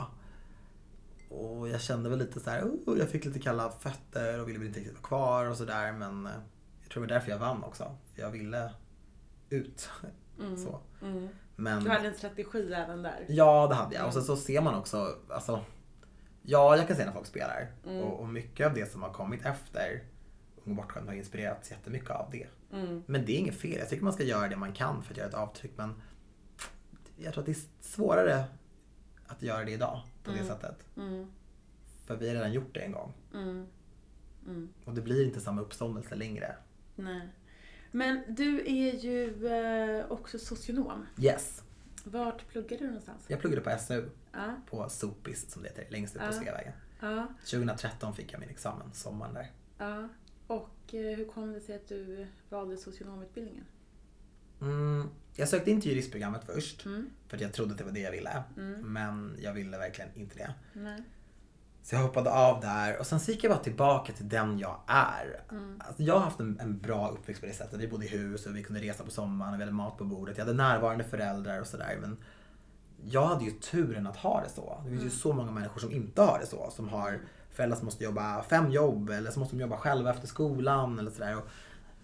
Och jag kände väl lite så här, oh, jag fick lite kalla fötter och ville väl inte riktigt vara kvar och sådär. Men eh, jag tror det var därför jag vann också. För jag ville ut. Mm. Så. Mm. Men, Du hade en strategi även där. ja, det hade jag. Och sen så ser man också, alltså, ja, jag kan se när folk spelar. Mm. Och, och mycket av det som har kommit efter Ung och bortskämd har inspirerats jättemycket av det. Mm. Men det är inget fel. Jag tycker man ska göra det man kan för att göra ett avtryck. Men jag tror att det är svårare att göra det idag på det Mm. sättet. Mm. För vi har redan gjort det en gång. Mm. Mm. Och det blir inte samma uppståndelse längre. Nej. Men du är ju eh, också socionom. Yes. Vart pluggar du någonstans? Jag pluggade på S U. Ja. På Sopis som det heter. Längst upp på Ja. Sveavägen. Ja. tjugohundratretton fick jag min examen. Sommaren där. Ja. Och eh, hur kom det sig att du valde socionomutbildningen? Mm, jag sökte in till juristprogrammet först. Mm. För att jag trodde att det var det jag ville. Mm. Men jag ville verkligen inte det. Nej. Så jag hoppade av där. Och sen så gick jag bara tillbaka till den jag är. Mm. Alltså, jag har haft en, en bra uppväxt på det sättet. Vi bodde i hus och vi kunde resa på sommaren och vi hade mat på bordet. Jag hade närvarande föräldrar och sådär. Men jag hade ju turen att ha det så. Det finns ju Mm. så många människor som inte har det så. Som har föräldrar som måste jobba fem jobb. Eller som måste jobba själva efter skolan. Eller sådär. Och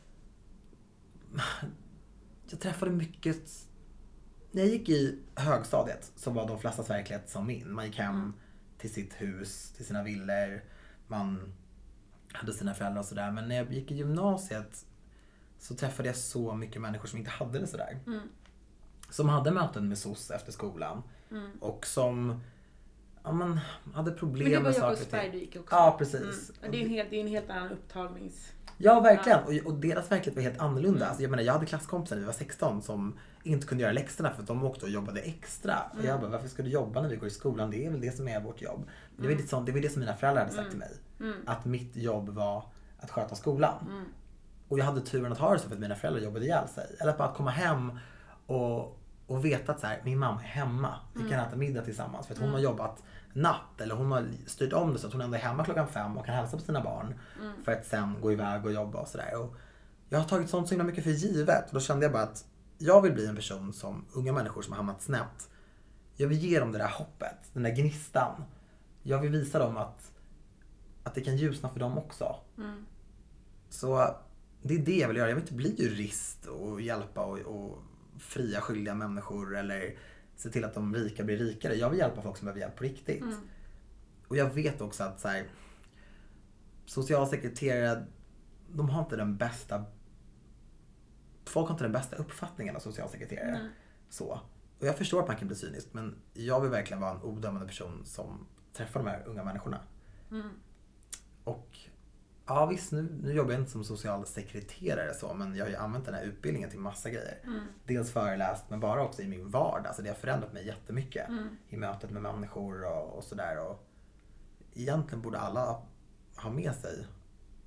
jag träffade mycket... När jag gick i högstadiet så var de flestas verklighet som min. Man gick hem Mm. till sitt hus, till sina villor. Man hade sina föräldrar och sådär. Men när jag gick i gymnasiet så träffade jag så mycket människor som inte hade det sådär. Mm. Som hade möten med S O S efter skolan. Mm. Och som ja, men, hade problem Men det var med saker och Jakobsberg ting. du gick också. Ja, precis. Mm. Det, är en helt, det är en helt annan upptagnings... Ja, verkligen. Och, och deras verklighet var helt annorlunda. Mm. Alltså, jag menar, jag hade klasskompisar när vi var sexton som inte kunde göra läxorna för att de åkte och jobbade extra. Och Mm. jag bara, varför ska du jobba när vi går i skolan? Det är väl det som är vårt jobb. Men det var Mm. lite sånt, det var det som mina föräldrar hade sagt Mm. till mig. Mm. Att mitt jobb var att sköta skolan. Mm. Och jag hade turen att ha det så för att mina föräldrar jobbade ihjäl sig. Eller bara att komma hem och, och veta att så här, min mamma är hemma. Vi kan Mm. äta middag tillsammans. För att hon Mm. har jobbat natt. Eller hon har styrt om det så att hon ändå är hemma klockan fem och kan hälsa på sina barn. Mm. För att sen gå iväg och jobba och sådär. Och jag har tagit sånt så himla mycket för givet. Och då kände jag bara att jag vill bli en person som unga människor som har hamnat snett. Jag vill ge dem det där hoppet, den där gnistan. Jag vill visa dem att, att det kan ljusna för dem också. Mm. Så det är det jag vill göra. Jag vill inte bli jurist och hjälpa och, och fria skyldiga människor eller se till att de rika blir rikare. Jag vill hjälpa folk som behöver hjälp på riktigt. Mm. Och jag vet också att så här, socialsekreterare, de har inte den bästa, folk har inte den bästa uppfattningen av socialsekreterare. Mm. Så. Och jag förstår att man kan bli cynisk, men jag vill verkligen vara en odömande person som träffar de här unga människorna. Mm. Och ja visst, nu, nu jobbar jag inte som socialsekreterare så, men jag har ju använt den här utbildningen till massa grejer. Mm. Dels föreläst, men bara också i min vardag. Alltså det har förändrat mig jättemycket Mm. i mötet med människor och, och sådär. Och egentligen borde alla ha med sig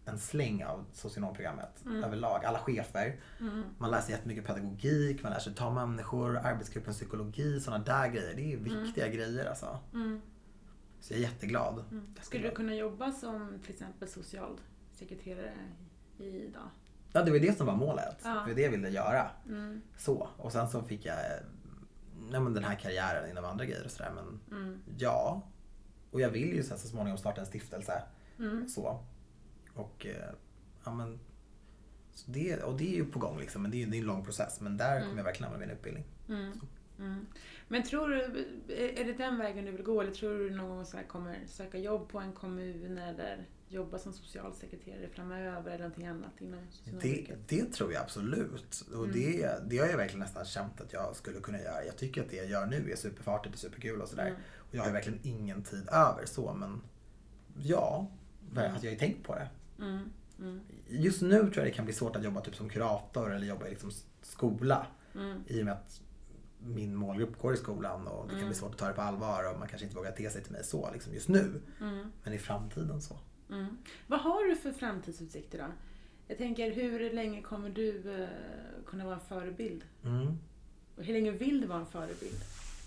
en släng av socionomprogrammet Mm. överlag. Alla chefer. Mm. Man lär sig jättemycket pedagogik, man lär sig ta människor, arbetsgruppens psykologi, sådana där grejer. Det är viktiga mm. grejer alltså. Mm. Så jag är jätteglad. Mm. jätteglad. Skulle du kunna jobba som till exempel socialsekreterare idag? Ja, det var det som var målet. Ja. Det var det jag ville göra. Mm. Så. Och sen så fick jag nej, men den här karriären inom andra grejer och sådär. Men Mm. ja. Och jag vill ju så, så småningom starta en stiftelse. Mm. Så. Och ja men så det, och det är ju på gång liksom. Men det är ju det är en lång process. Men där mm. kommer jag verkligen använda min utbildning. Mm. Mm. Men tror du, är det den vägen du vill gå? Eller tror du någon gång så här kommer söka jobb på en kommun eller jobba som socialsekreterare framöver eller någonting annat inom det, det tror jag absolut. Och mm. det, det har jag verkligen nästan känt att jag skulle kunna göra. Jag tycker att det jag gör nu är superfartigt och superkul och sådär. Mm. Och jag har verkligen ingen tid över så. Men ja, mm. att jag har tänkt på det. Mm. Mm. Just nu tror jag det kan bli svårt att jobba typ som kurator eller jobba i liksom skola. Mm. I och med att min målgrupp går i skolan och det kan mm. bli svårt att ta det på allvar och man kanske inte vågar te sig till mig så liksom just nu. Mm. Men i framtiden så. Mm. Vad har du för framtidsutsikter då? Jag tänker, hur länge kommer du uh, kunna vara en förebild? Mm. Och hur länge vill du vara en förebild?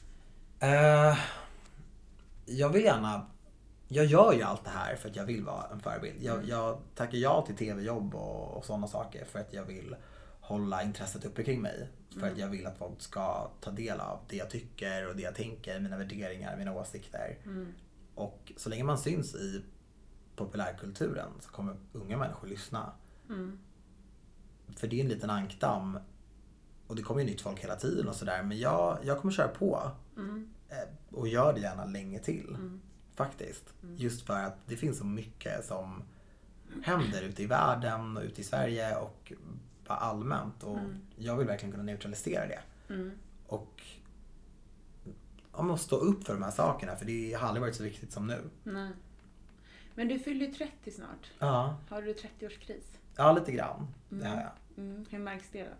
Uh, jag vill gärna... Jag gör ju allt det här för att jag vill vara en förebild. Jag, mm. jag tackar ja till tv-jobb och, och sådana saker för att jag vill hålla intresset uppe kring mig. För mm. att jag vill att folk ska ta del av det jag tycker och det jag tänker, mina värderingar, mina åsikter. Mm. Och så länge man syns i populärkulturen så kommer unga människor lyssna. Mm. För det är en liten ankdamm och det kommer ju nytt folk hela tiden och sådär. Men jag, jag kommer köra på mm. och gör det gärna länge till. Mm. Faktiskt. Mm. Just för att det finns så mycket som händer ute i världen och ute i Sverige och bara allmänt. Och mm. jag vill verkligen kunna neutralisera det. Mm. Och jag måste stå upp för de här sakerna för det har aldrig varit så viktigt som nu. Nej. Men du fyller ju trettio snart. Ja. Har du trettioårskris? Ja, lite grann. Mm. Det har jag. Mm. Hur märks det då?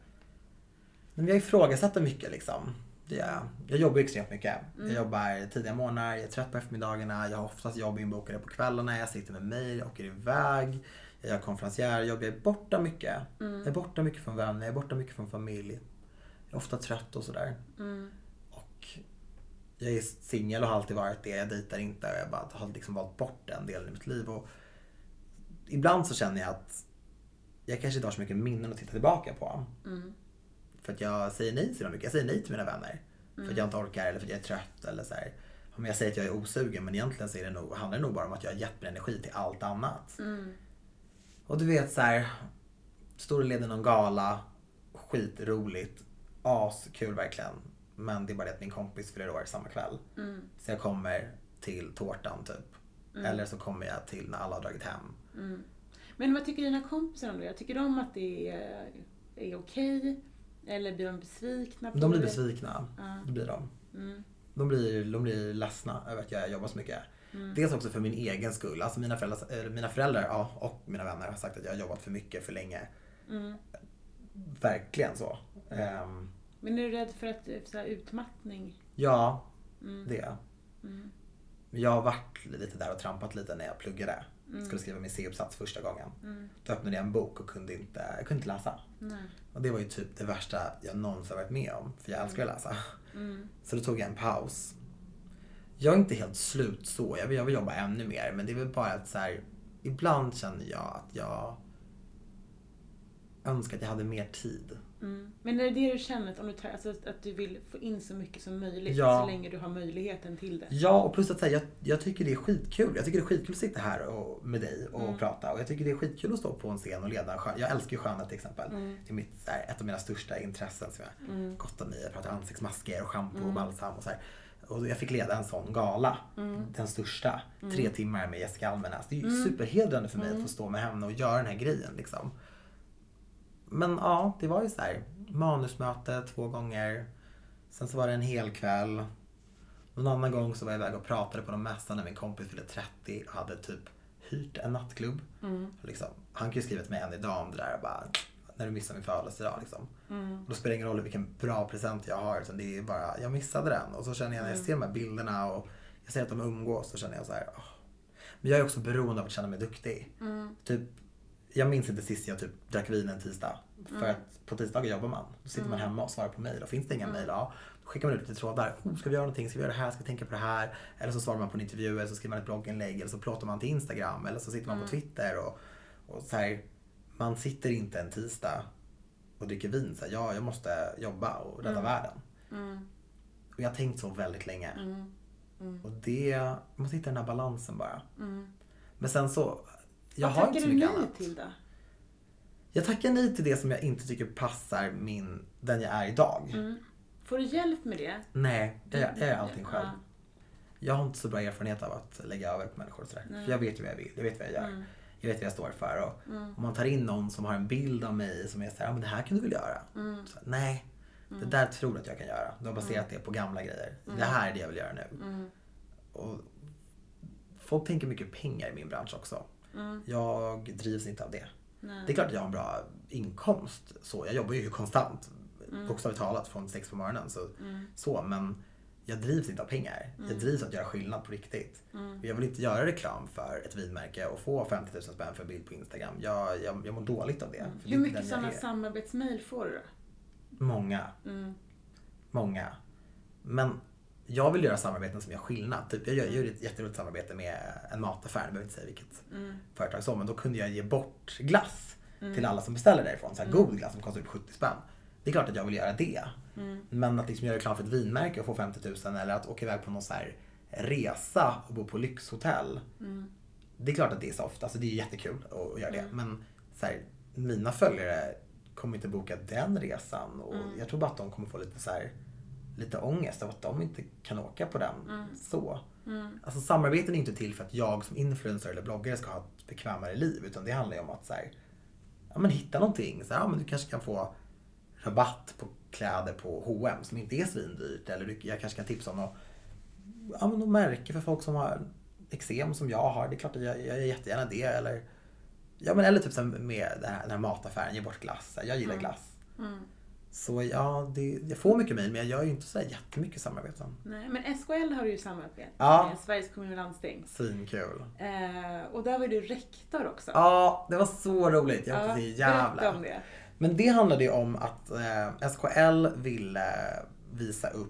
Men jag ifrågasätter mycket liksom. Det gör jag. Jag jobbar extremt mycket. Mm. Jag jobbar tidiga morgnar, jag är trött på eftermiddagarna. Jag har oftast jobb inbokade på kvällarna. Jag sitter med mejl, jag åker iväg. Jag gör konferenciärjobb. Jag är borta mycket. Mm. Jag är borta mycket från vänner, jag är borta mycket från familj. Jag är ofta trött och sådär. Mm. Och jag är singel och har alltid varit det. Jag dejtar inte och jag bara har liksom valt bort en del i mitt liv. Och ibland så känner jag att jag kanske inte har så mycket minnen att titta tillbaka på. Mm. För att jag säger nej till dem mycket. Jag säger nej till mina vänner. Mm. För att jag inte orkar eller för att jag är trött. Eller så här. Om jag säger att jag är osugen men egentligen så är det nog, handlar det nog bara om att jag har gett min energi till allt annat. Mm. Och du vet så här, står och leder någon gala, skitroligt, askul verkligen. Men det är bara det att min kompis fyller år samma kväll. Mm. Så jag kommer till tårtan typ. Mm. Eller så kommer jag till när alla har dragit hem. Mm. Men vad tycker dina kompisar om det? Tycker de att det är, är okej? Eller blir de besvikna på De blir det? besvikna, uh. det blir de. Mm. De, blir, de blir ledsna över att jag jobbar så mycket. Mm. Dels också för min egen skull. Alltså mina föräldrar, äh, mina föräldrar ja, och mina vänner har sagt att jag har jobbat för mycket för länge. Mm. Verkligen så. Um, Men är du rädd för, att, för så här utmattning? Ja, mm. det är mm. jag har varit lite där och trampat lite när jag pluggade. Mm. Skulle skriva min C-uppsats första gången. Mm. Då öppnade jag en bok och kunde inte, jag kunde inte läsa. Nej. Och det var ju typ det värsta jag någonsin varit med om. För jag älskar att läsa. Mm. Så då tog jag en paus. Jag är inte helt slut så. Jag vill, jag vill jobba ännu mer. Men det är väl bara att så här, ibland känner jag att jag önskar att jag hade mer tid. Mm. Men är det det du känner att, om du tar, alltså, att du vill få in så mycket som möjligt ja. så länge du har möjligheten till det? Ja, och plus att säga, jag, jag tycker det är skitkul. Jag tycker det är skitkul att sitta här och, med dig och mm. prata. Och jag tycker det är skitkul att stå på en scen och leda. Jag älskar ju skönhet till exempel. Mm. Det är mitt, så här, ett av mina största intressen som jag mm. gottar mig. Jag pratar ansiktsmasker och shampoo mm. och balsam och så här. Och jag fick leda en sån gala. Mm. Den största. Mm. Tre timmar med Jessica Almenäs. Det är ju mm. superhedrande för mig mm. att få stå med henne och göra den här grejen liksom. Men ja, det var ju så här. Manusmöte två gånger. Sen så var det en hel kväll. Någon annan gång så var jag iväg och pratade på någon mässa när min kompis fyllde trettio och hade typ hyrt en nattklubb. Mm. Liksom, han kan ju skriva till mig än idag om det där och bara, när du missar min födelsedag liksom. Mm. Då spelar det ingen roll vilken bra present jag har utan det är bara, jag missade den. Och så känner jag när jag ser de här bilderna och jag ser att de umgås så känner jag så här. Oh. Men jag är också beroende av att känna mig duktig. Mm. Typ jag minns inte sist jag typ drack vin en tisdag. För Mm. att på tisdagar jobbar man. Då sitter man Mm. hemma och svarar på mejl. Och finns det inga Mm. mejl, ja, då skickar man ut lite trådar. Oh, ska vi göra någonting? Ska vi göra det här? Ska vi tänka på det här? Eller så svarar man på en intervju, eller så skriver man ett blogginlägg, eller så plåtar man till Instagram, eller så sitter man Mm. på Twitter. Och, och så här, man sitter inte en tisdag och dricker vin. Så här, ja, jag måste jobba och rädda Mm. världen. Mm. Och jag har tänkt så väldigt länge. Mm. Mm. Och det, man måste hitta den här balansen bara. Mm. Men sen så, jag Vad har inte tackar så du mycket nej annat. till då? Jag tackar nej till det som jag inte tycker passar min, den jag är idag. Mm. Får du hjälp med det? Nej, jag, jag gör allting själv. Ja. Jag har inte så bra erfarenhet av att lägga över på människor och sådär. Nej. För jag vet ju vad jag vill, jag vet vad jag gör. Mm. Jag vet vad jag står för. Och Mm. om man tar in någon som har en bild av mig som är såhär, ja men det här kan du väl göra? Mm. Så, nej, det där tror du att jag kan göra. Du har baserat det på gamla grejer. Det här är det jag vill göra nu. Mm. Och folk tänker mycket pengar i min bransch också. Mm. Jag drivs inte av det. Nej. Det är klart att jag har en bra inkomst. Så, jag jobbar ju konstant. Mm. Bokstavligt talat från sex på morgonen. Så, Mm. så, men jag drivs inte av pengar. Mm. Jag drivs av att göra skillnad på riktigt. Mm. Och jag vill inte göra reklam för ett vinmärke och få femtio tusen spänn för en bild på Instagram. Jag, jag, jag mår dåligt av det. Mm. För Hur det är mycket den jag sådana är. samarbetsmejl får du då? Många. Mm. Många. Men jag vill göra samarbeten som gör skillnad. Typ, jag gör ju ett jätteroligt samarbete med en mataffär. Jag behöver inte säga vilket Mm. företag som. Men då kunde jag ge bort glass Mm. till alla som beställer därifrån. Så här, Mm. god glass som kostar upp sjuttio spänn. Det är klart att jag vill göra det. Mm. Men att liksom göra reklam för ett vinmärke och få femtio tusen eller att åka iväg på någon så här resa och bo på lyxhotell. Mm. Det är klart att det är soft. Alltså det är jättekul att, att göra det. Mm. Men så här, mina följare kommer inte boka den resan. Och Mm. jag tror bara att de kommer få lite så här, lite ångest av att de inte kan åka på den. Mm. Så. Mm. Alltså samarbeten är inte till för att jag som influencer eller bloggare ska ha ett bekvämare liv. Utan det handlar ju om att så här, ja, men hitta någonting. Så här, ja, men du kanske kan få rabatt på kläder på H och M som inte är svindyrt. Eller du, jag kanske kan tipsa om något, ja, men något märke för folk som har eksem som jag har. Det är klart att jag, jag gör jättegärna det. Eller, ja, men, eller typ som med den här, den här mataffären, ge bort glass. Jag gillar Mm. glass. Mm. Så ja, det, jag får mycket mejl men jag gör ju inte så jättemycket samarbeten. Nej, men S K L har du ju samarbete Ja. med, Sveriges kommun och landsting. Svinkul. Eh, och där var du rektor också. Ja, det var så roligt. Jag Ja, ja, säga berätta om jävlar. det. Men det handlade ju om att eh, S K L ville visa upp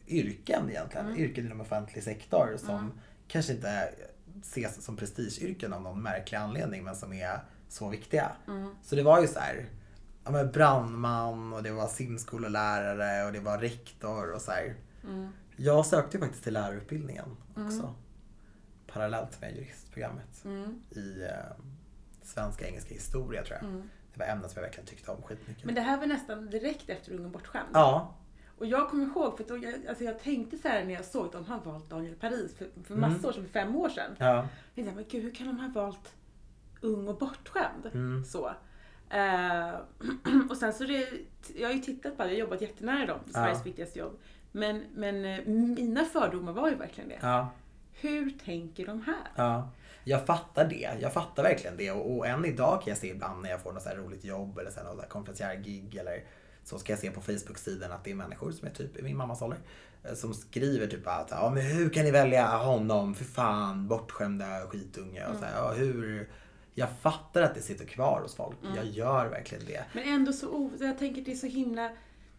yrken egentligen. Mm. Yrken inom offentlig sektor som Mm. kanske inte ses som prestigeyrken av någon märklig anledning men som är så viktiga. Mm. Så det var ju så här, ja, men brandman och det var simskolelärare och det var rektor och så här. Mm. Jag sökte ju faktiskt till lärarutbildningen också. Mm. Parallellt med juristprogrammet Mm. i eh, svenska, engelska, historia tror jag. Mm. Det var ämnen som jag verkligen tyckte om skitmycket. Men det här var nästan direkt efter Ung och bortskämd. Ja. Och jag kommer ihåg, för då, jag, alltså jag tänkte så här när jag såg att de har valt Daniel Paris för, för Mm. massor år sedan, för fem år sedan. Ja. Jag tänkte, men gud, hur kan de ha valt Ung och bortskämd? Mm. Så. Eh, och sen så det, jag har ju tittat på det, jag har jobbat jättenära dem, Sveriges Ja. viktigaste jobb. Men, men eh, mina fördomar var ju verkligen det. Ja. Hur tänker de här? Ja. Jag fattar det. Jag fattar verkligen det. Och, och än idag kan jag se ibland när jag får något så här roligt jobb eller så här något så här konferencier-gig eller så ska jag se på Facebook-sidan att det är människor som är typ i min mammas ålder eh, som skriver typ att ja, men hur kan ni välja honom? För fan, bortskämda skitunge. Och så här, ja, hur... Jag fattar att det sitter kvar hos folk. Mm. Jag gör verkligen det. Men ändå så, o- jag tänker att det är så himla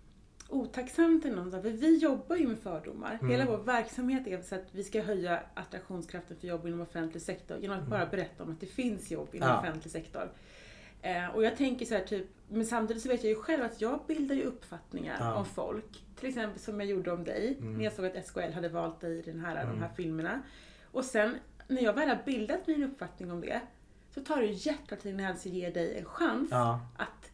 otacksamt till någon, för vi jobbar ju med fördomar. Mm. Hela vår verksamhet är så att vi ska höja attraktionskraften för jobb inom offentlig sektor genom att bara berätta om att det finns jobb inom Ja. offentlig sektor. Eh, och jag tänker så här typ, men samtidigt så vet jag ju själv att jag bildar ju uppfattningar Ja. om folk. Till exempel som jag gjorde om dig, Mm. när jag såg att S K L hade valt dig i den här, Mm. de här filmerna. Och sen, när jag väl har bildat min uppfattning om det, så tar det ju jättetid när jag alltså ger dig en chans Ja. att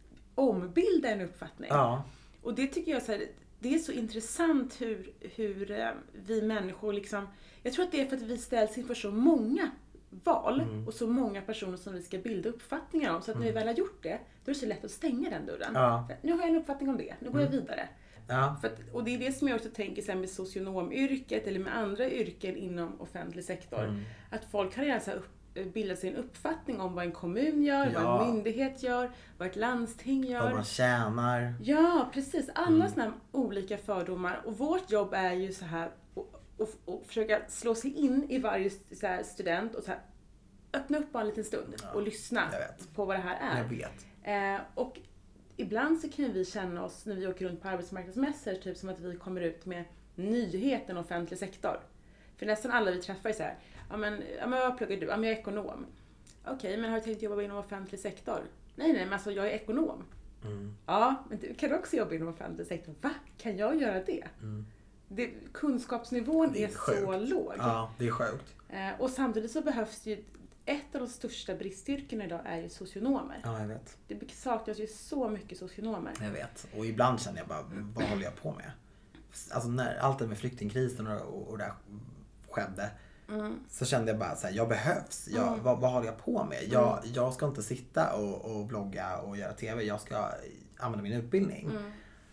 ombilda en uppfattning. Ja. Och det tycker jag så här, det är så intressant hur, hur eh, vi människor liksom, jag tror att det är för att vi ställs inför så många val Mm. och så många personer som vi ska bilda uppfattningar om. Så att när vi väl har gjort det, då är det så lätt att stänga den dörren. Ja. Så, nu har jag en uppfattning om det, nu går jag vidare. Ja. För att, och det är det som jag också tänker så här med socionomyrket eller med andra yrken inom offentlig sektor. Mm. Att folk har redan så här upp, bildat sig en uppfattning om vad en kommun gör, Ja. vad en myndighet gör, vad ett landsting gör. Vad man tjänar. Ja, precis. Alla Mm. sådana här olika fördomar. Och vårt jobb är ju så här att försöka slå sig in i varje så här student och så här, öppna upp bara en liten stund Ja, och lyssna på vad det här är. Jag vet. Eh, och ibland så kan vi känna oss när vi åker runt på arbetsmarknadsmässor typ som att vi kommer ut med nyheten offentlig sektor. För nästan alla vi träffar är så här, ja men, ja, men vad pluggar du? Ja men jag är ekonom. Okej, okay, men har du tänkt jobba inom offentlig sektor? Nej, nej, men alltså jag är ekonom. Mm. Ja, men du kan också jobba inom offentlig sektor. Va? Kan jag göra det? Mm. det kunskapsnivån det är, är så låg. Ja, det är sjukt. Eh, och samtidigt så behövs ju, ett av de största bristyrken idag är ju socionomer. Ja, jag vet. Det saknas ju så mycket socionomer. Jag vet. Och ibland känner jag bara, vad håller jag på med? Alltså när allt det med flyktingkrisen och, och det skedde. Mm. Så kände jag bara så här, jag behövs. Jag, mm. vad, vad håller jag på med? Jag, mm. jag ska inte sitta och, och blogga och göra tv. Jag ska använda min utbildning. Mm.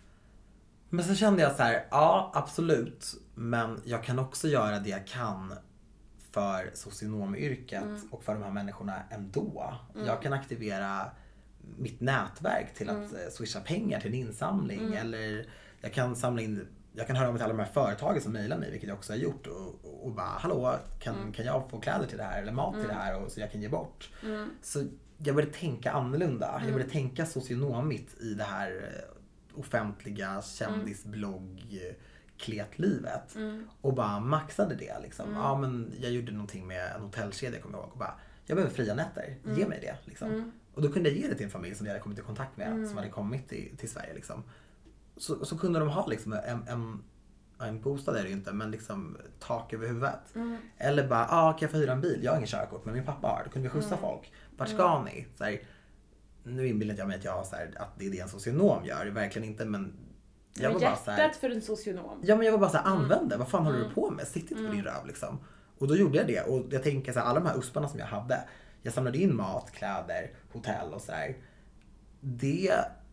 Men så kände jag så här, ja absolut. Men jag kan också göra det jag kan för socionomyrket mm. och för de här människorna ändå. Mm. Jag kan aktivera mitt nätverk till att mm. swisha pengar till en insamling. Mm. Eller jag kan samla in, jag kan höra om till alla de här företagen som mejlar mig, vilket jag också har gjort. Och, och bara, hallå, kan, mm. kan jag få kläder till det här? Eller mat mm. till det här? Och, så jag kan ge bort. Mm. Så jag började tänka annorlunda. Mm. Jag började tänka socionomigt i det här offentliga kändisblogg kletlivet mm. och bara maxade det liksom. Mm. Ja men jag gjorde någonting med en hotellkedja, kommer jag ihåg, och bara jag behöver fria nätter, mm. ge mig det liksom. Mm. Och då kunde jag ge det till en familj som jag hade kommit i kontakt med mm. som hade kommit till, till Sverige liksom. Så, så kunde de ha liksom en, en, en bostad är det ju inte, men liksom tak över huvudet. Mm. Eller bara, ja ah, kan jag få hyra en bil? Jag har ingen körkort men min pappa har, då kunde vi skjutsa mm. folk. Vart ska ni? Så här, nu inbillar jag mig att jag så här, att det är det en socionom gör, verkligen inte, men jag var bara så här, för en socionom. Ja, men jag var bara så här, använd det. Vad fan håller mm. du på med? Sitt inte mm. på din röv liksom. Och då gjorde jag det. Och jag tänker så här, alla de här usparna som jag hade. Jag samlade in mat, kläder, hotell och så här. Det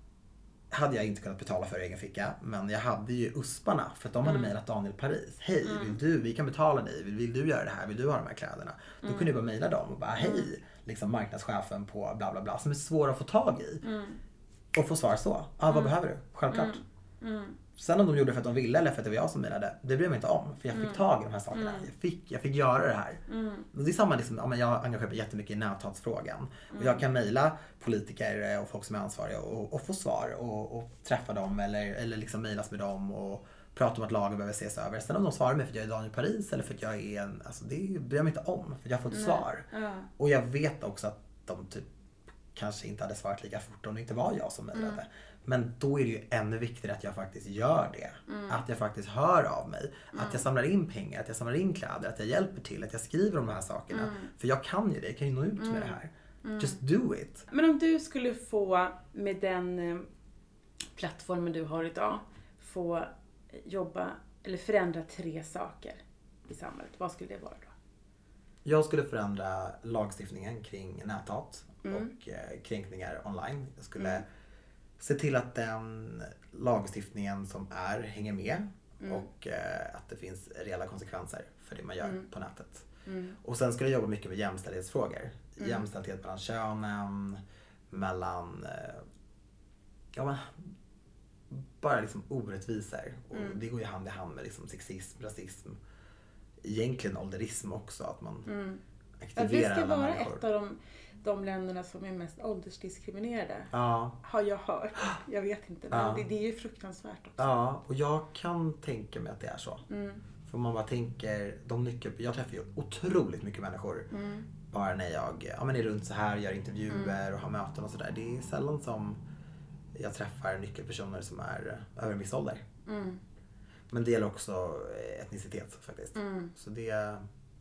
hade jag inte kunnat betala för i egen ficka. Men jag hade ju usparna. För att de hade mm. mejlat Daniel Paris. Hej, mm. vill du? Vi kan betala dig. Vill, vill du göra det här? Vill du ha de här kläderna? Då mm. kunde jag bara mejla dem och bara, hej. Liksom marknadschefen på bla bla bla. Som är svår att få tag i. Mm. Och få svar så. Ja, ah, vad mm. behöver du? Självklart. Mm. Mm. Sen om de gjorde det för att de ville eller för att det var jag som mejlade, det bryr jag mig inte om. För jag fick mm. tag i de här sakerna. Mm. Jag, fick, jag fick göra det här. Mm. Det är samma, liksom, ja, jag engagerar mig jättemycket i näthatsfrågan. Mm. Och jag kan mejla politiker och folk som är ansvariga och, och få svar och, och träffa dem eller, eller liksom mejlas med dem och prata om att lagen behöver ses över. Sen om de svarar mig för att jag är Daniel Paris eller för att jag är en, alltså det bryr jag mig inte om. För jag har fått mm. svar. Mm. Och jag vet också att de typ kanske inte hade svarat lika fort om det inte var jag som mejlade. Mm. Men då är det ju ännu viktigare att jag faktiskt gör det. Mm. Att jag faktiskt hör av mig. Mm. Att jag samlar in pengar, att jag samlar in kläder, att jag hjälper till, att jag skriver om de här sakerna. Mm. För jag kan ju det, jag kan ju nå ut mm. med det här. Mm. Just do it. Men om du skulle få, med den plattformen du har idag, få jobba eller förändra tre saker i samhället, vad skulle det vara då? Jag skulle förändra lagstiftningen kring näthat mm. och eh, kränkningar online. Jag skulle mm. se till att den lagstiftningen som är hänger med mm. och eh, att det finns reella konsekvenser för det man gör mm. på nätet. Mm. Och sen skulle jag jobba mycket med jämställdhetsfrågor. Mm. Jämställdhet mellan könen, mellan eh, ja, men, bara liksom orättvisor. Och mm. det går ju hand i hand med liksom sexism, rasism. Egentligen ålderism också, att man mm. aktiverar alla människor. Det ska vara ett av de, de länderna som är mest åldersdiskriminerade. Ja. Har jag hört. Jag vet inte, men ja. det, det är ju fruktansvärt också. Ja, och jag kan tänka mig att det är så. Mm. För man bara tänker, de nyckel, jag träffar ju otroligt mycket människor. Mm. Bara när jag ja, men är runt så här, gör intervjuer mm. och har möten och sådär. Det är sällan som jag träffar nyckelpersoner som är över en viss ålder. Mm. Men det gäller också etnicitet faktiskt. Mm. Så, det,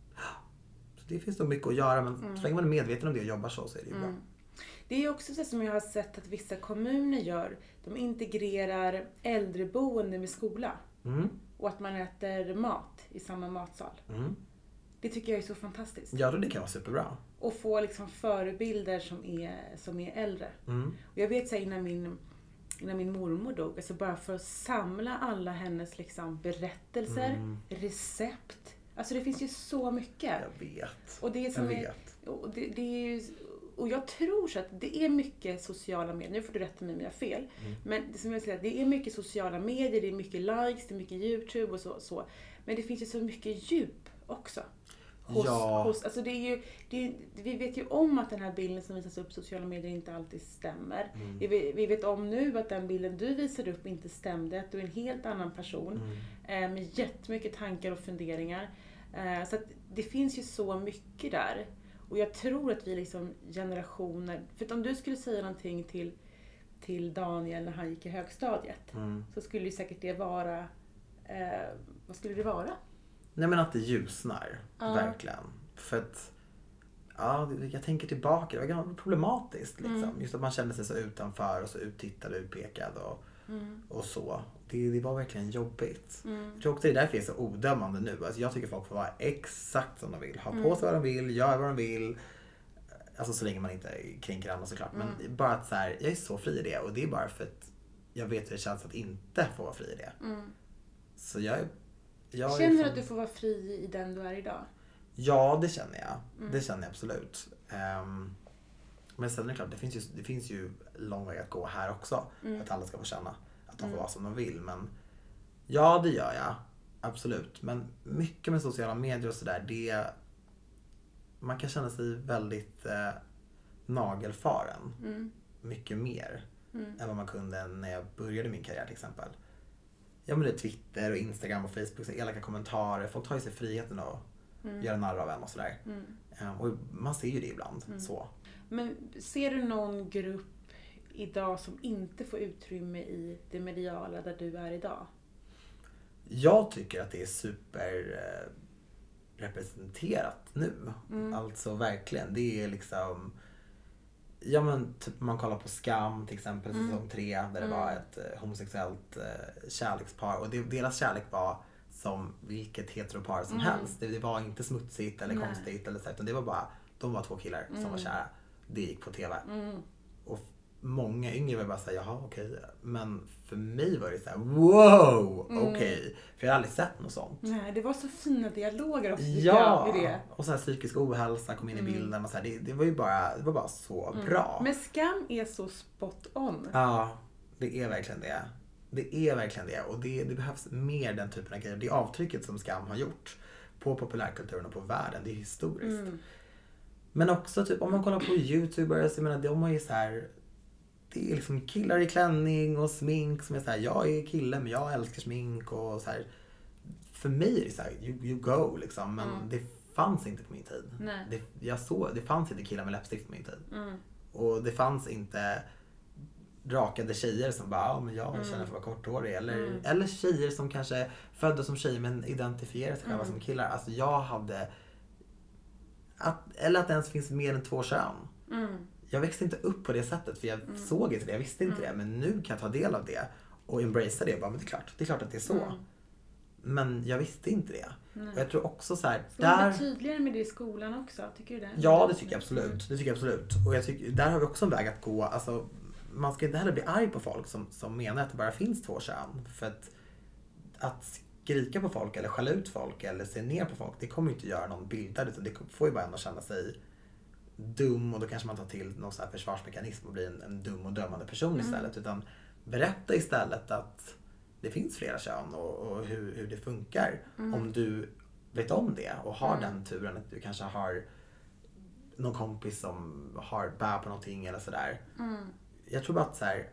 så det finns nog mycket att göra. Men mm. så länge man är medveten om det och jobbar så, så är det ju mm. bra. Det är också så som jag har sett att vissa kommuner gör. De integrerar äldreboende med skola. Mm. Och att man äter mat i samma matsal. Mm. Det tycker jag är så fantastiskt. Ja, det kan vara superbra. Och få liksom förebilder som är, som är äldre. Mm. Och jag vet så här, innan min... När min mormor dog, alltså bara för att samla alla hennes liksom berättelser, mm. recept. Alltså det finns ju så mycket. Jag vet. Och det är som jag är, vet. Och, det, det är ju, och jag tror så att det är mycket sociala medier. Nu får du rätta mig om jag har fel. Mm. Men det, som jag säger, det är mycket sociala medier, det är mycket likes, det är mycket YouTube och så. så. Men det finns ju så mycket djup också. Hos, ja. hos, alltså det är ju, det är, vi vet ju om att den här bilden som visas upp på sociala medier inte alltid stämmer. Mm. Vi, vi vet om nu att den bilden du visade upp inte stämde. Att du är en helt annan person. Mm. Eh, med jättemycket tankar och funderingar. Eh, så att det finns ju så mycket där. Och jag tror att vi liksom generationer... För att om du skulle säga någonting till, till Daniel när han gick i högstadiet. Mm. Så skulle ju säkert det vara... Eh, vad skulle det vara? Nej, men att det ljusnar. Ja. Verkligen. För att... Ja, jag tänker tillbaka. Det var ganska problematiskt. Liksom. Mm. Just att man kände sig så utanför och så uttittad och utpekad. Och, Mm. och så. Det, det var verkligen jobbigt. Mm. Jag tror också det är därför jag är så odömande nu. Alltså jag tycker folk får vara exakt som de vill. Ha Mm. på sig vad de vill, göra vad de vill. Alltså så länge man inte kränker andra såklart. Men Mm. bara att så här, jag är så fri i det. Och det är bara för att jag vet hur det känns att inte få vara fri i det. Mm. Så jag, jag Känner du är fan... att du får vara fri i den du är idag? Ja, det känner jag. Mm. Det känner jag absolut. Um, men sen är det klart, det finns ju, det finns ju lång väg att gå här också. Mm. Att alla ska få känna att de får Mm. vara som de vill. Men ja, det gör jag. Absolut. Men mycket med sociala medier och sådär, det... Man kan känna sig väldigt eh, nagelfaren. Mm. Mycket mer Mm. än vad man kunde när jag började min karriär till exempel. Ja, men det är Twitter och Instagram och Facebook, så elaka kommentarer. Folk tar ju sig friheten att Mm. göra narr av en och sådär. Mm. Um, och man ser ju det ibland. Mm. Så. Men ser du någon grupp idag som inte får utrymme i det mediala där du är idag? Jag tycker att det är super eh, representerat nu. Mm. Alltså verkligen. Det är liksom... Ja, men typ man kollar på Skam till exempel, Mm. säsong tre, där det Mm. var ett eh, homosexuellt eh, kärlekspar. Och det, deras kärlek var som vilket heteropar som Mm. helst. Det, det var inte smutsigt eller Nej. konstigt eller så, utan det var bara, de var två killar som Mm. var kära. Det gick på tv. Mm. Och många yngre var bara såhär, jaha okej. Men för mig var det såhär, wow, Mm. okej. För jag har aldrig sett något sånt. Nej, det var så fina dialoger också. tycker Ja, jag, i det. och så här psykisk ohälsa kom in i Mm. bilden och så här, det, det var ju bara, det var bara så Mm. bra. Men Skam är så spot on. Ja, det är verkligen det. Det är verkligen det. Och det, det behövs mer den typen av grejer. Det avtrycket som Skam har gjort på populärkulturen och på världen, det är historiskt. Mm. Men också typ om man kollar på YouTubers, jag menar de har ju så här, det är liksom killar i klänning och smink som är så här, jag är kille men jag älskar smink och så här. För mig är det så här, you, you go liksom, men Mm. det fanns inte på min tid. Nej. Det, jag såg, det fanns inte killar med läppstift på min tid. Mm. Och det fanns inte rakade tjejer som bara, ja men jag Mm. känner för att vara korthårig. Eller, Mm. eller tjejer som kanske föddes som tjejer men identifierar sig själva Mm. som killar. Alltså jag hade, att, eller att det ens finns mer än två kön. Mm. Jag växte inte upp på det sättet för jag Mm. såg inte det, jag visste inte Mm. det. Men nu kan jag ta del av det och embracea det och bara, men det är klart, det är klart att det är så. Mm. Men jag visste inte det. Nej. Och jag tror också så här, Ska man där... vara tydligare med det i skolan också? Tycker du det? Ja, det tycker jag absolut. Det tycker jag absolut. Och jag tycker, där har vi också en väg att gå. Alltså, man ska inte heller bli arg på folk som, som menar att det bara finns två kön. För att, att skrika på folk eller skälla ut folk eller se ner på folk, det kommer ju inte göra någon bildad. Utan det får ju bara en att känna sig dum och då kanske man tar till någon sån här försvarsmekanism och blir en, en dum och dömande person Mm. istället. Utan berätta istället att det finns flera kön och, och hur, hur det funkar. Mm. Om du vet om det och har Mm. den turen att du kanske har någon kompis som har bär på någonting eller sådär. Mm. Jag tror bara att så här,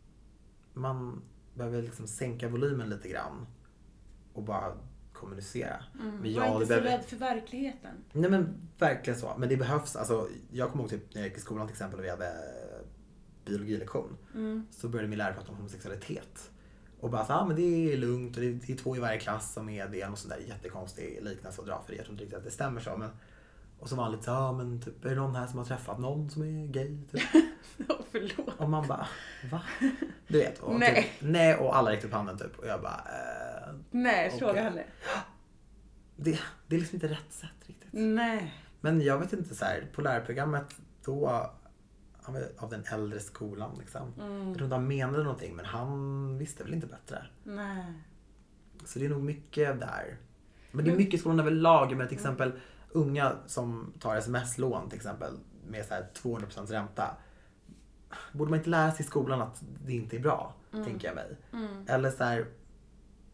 man behöver liksom sänka volymen lite grann och bara kommunicera. Mm. Men Var ja, inte det så behöver... rädd för verkligheten. Nej men verkligen så. Men det behövs, alltså jag kommer ihåg typ när jag gick i skolan till exempel och vi hade biologilektion. Mm. Så började min lärare prata om homosexualitet. Och bara så, ah, men det är lugnt och det är, det är två i varje klass som är det. Och sån där jättekonstig liknelse att dra för det. Jag tror inte riktigt att det stämmer så. Men, och så vanligt så, ah, men typ är det någon här som har träffat någon som är gay? Typ. Oh, förlåt. Och man bara, va? Du vet. Och Nej. Typ, nej, och alla räckte upp handen typ. Och jag bara, eh, Nej, Okej. fråga henne. det, det är liksom inte rätt sätt riktigt. Nej. Men jag vet inte så här, på lärarprogrammet då, av den äldre skolan liksom. Mm. Jag tror inte han menade någonting, men han visste väl inte bättre. Nej. Så det är nog mycket där. Men det är Men- mycket i skolan överlag. Men till exempel unga som tar sms-lån till exempel med så här tvåhundra procent ränta. Borde man inte lära sig i skolan att det inte är bra, Mm. tänker jag mig. Mm. Eller så här,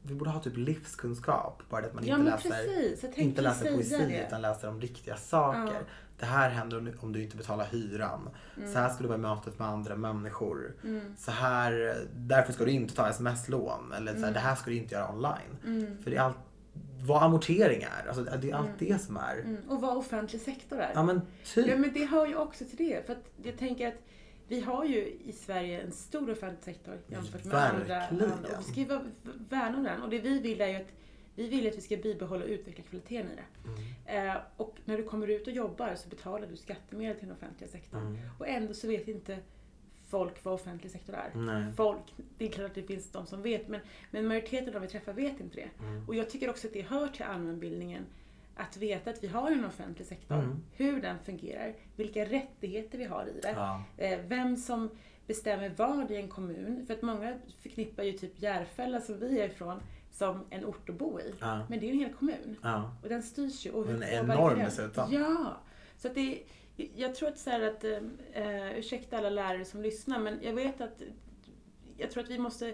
vi borde ha typ livskunskap. Bara det att man ja, inte läser, precis. inte läser poesi det. utan läser om riktiga saker. Ja. Det här händer om du inte betalar hyran. Mm. Så här ska du vara i mötet med andra människor. Mm. Så här, därför ska du inte ta sms-lån. Eller så här, mm. det här ska du inte göra online. Mm. För det är allt, vad amortering är. Alltså, det är allt mm. det som är. Mm. Och vad offentlig sektor är. Ja men typ. Ja men det hör ju också till det. För att jag tänker att vi har ju i Sverige en stor offentlig sektor jämfört med andra, andra. Och vi ska ju värna om den. Och det vi vill är ju att vi vill att vi ska bibehålla och utveckla kvaliteten i det. Mm. Eh, och när du kommer ut och jobbar så betalar du skattemedel till den offentliga sektorn. Mm. Och ändå så vet inte folk vad offentlig sektor är. Nej. Folk, det är klart att det finns de som vet, men, men majoriteten av vi träffar vet inte det. Mm. Och jag tycker också att det hör till allmänbildningen att veta att vi har en offentlig sektor, mm. hur den fungerar, vilka rättigheter vi har i det, ja. eh, vem som bestämmer vad i en kommun. För att många förknippar ju typ Järfälla som vi är ifrån som en ort att bo i. Ja. Men det är ju en hel kommun. Ja. Och den styrs ju. Och den är enorm dessutom. Ja. Så att det, jag tror att så här att, eh, ursäkta alla lärare som lyssnar, men jag vet att jag tror att vi måste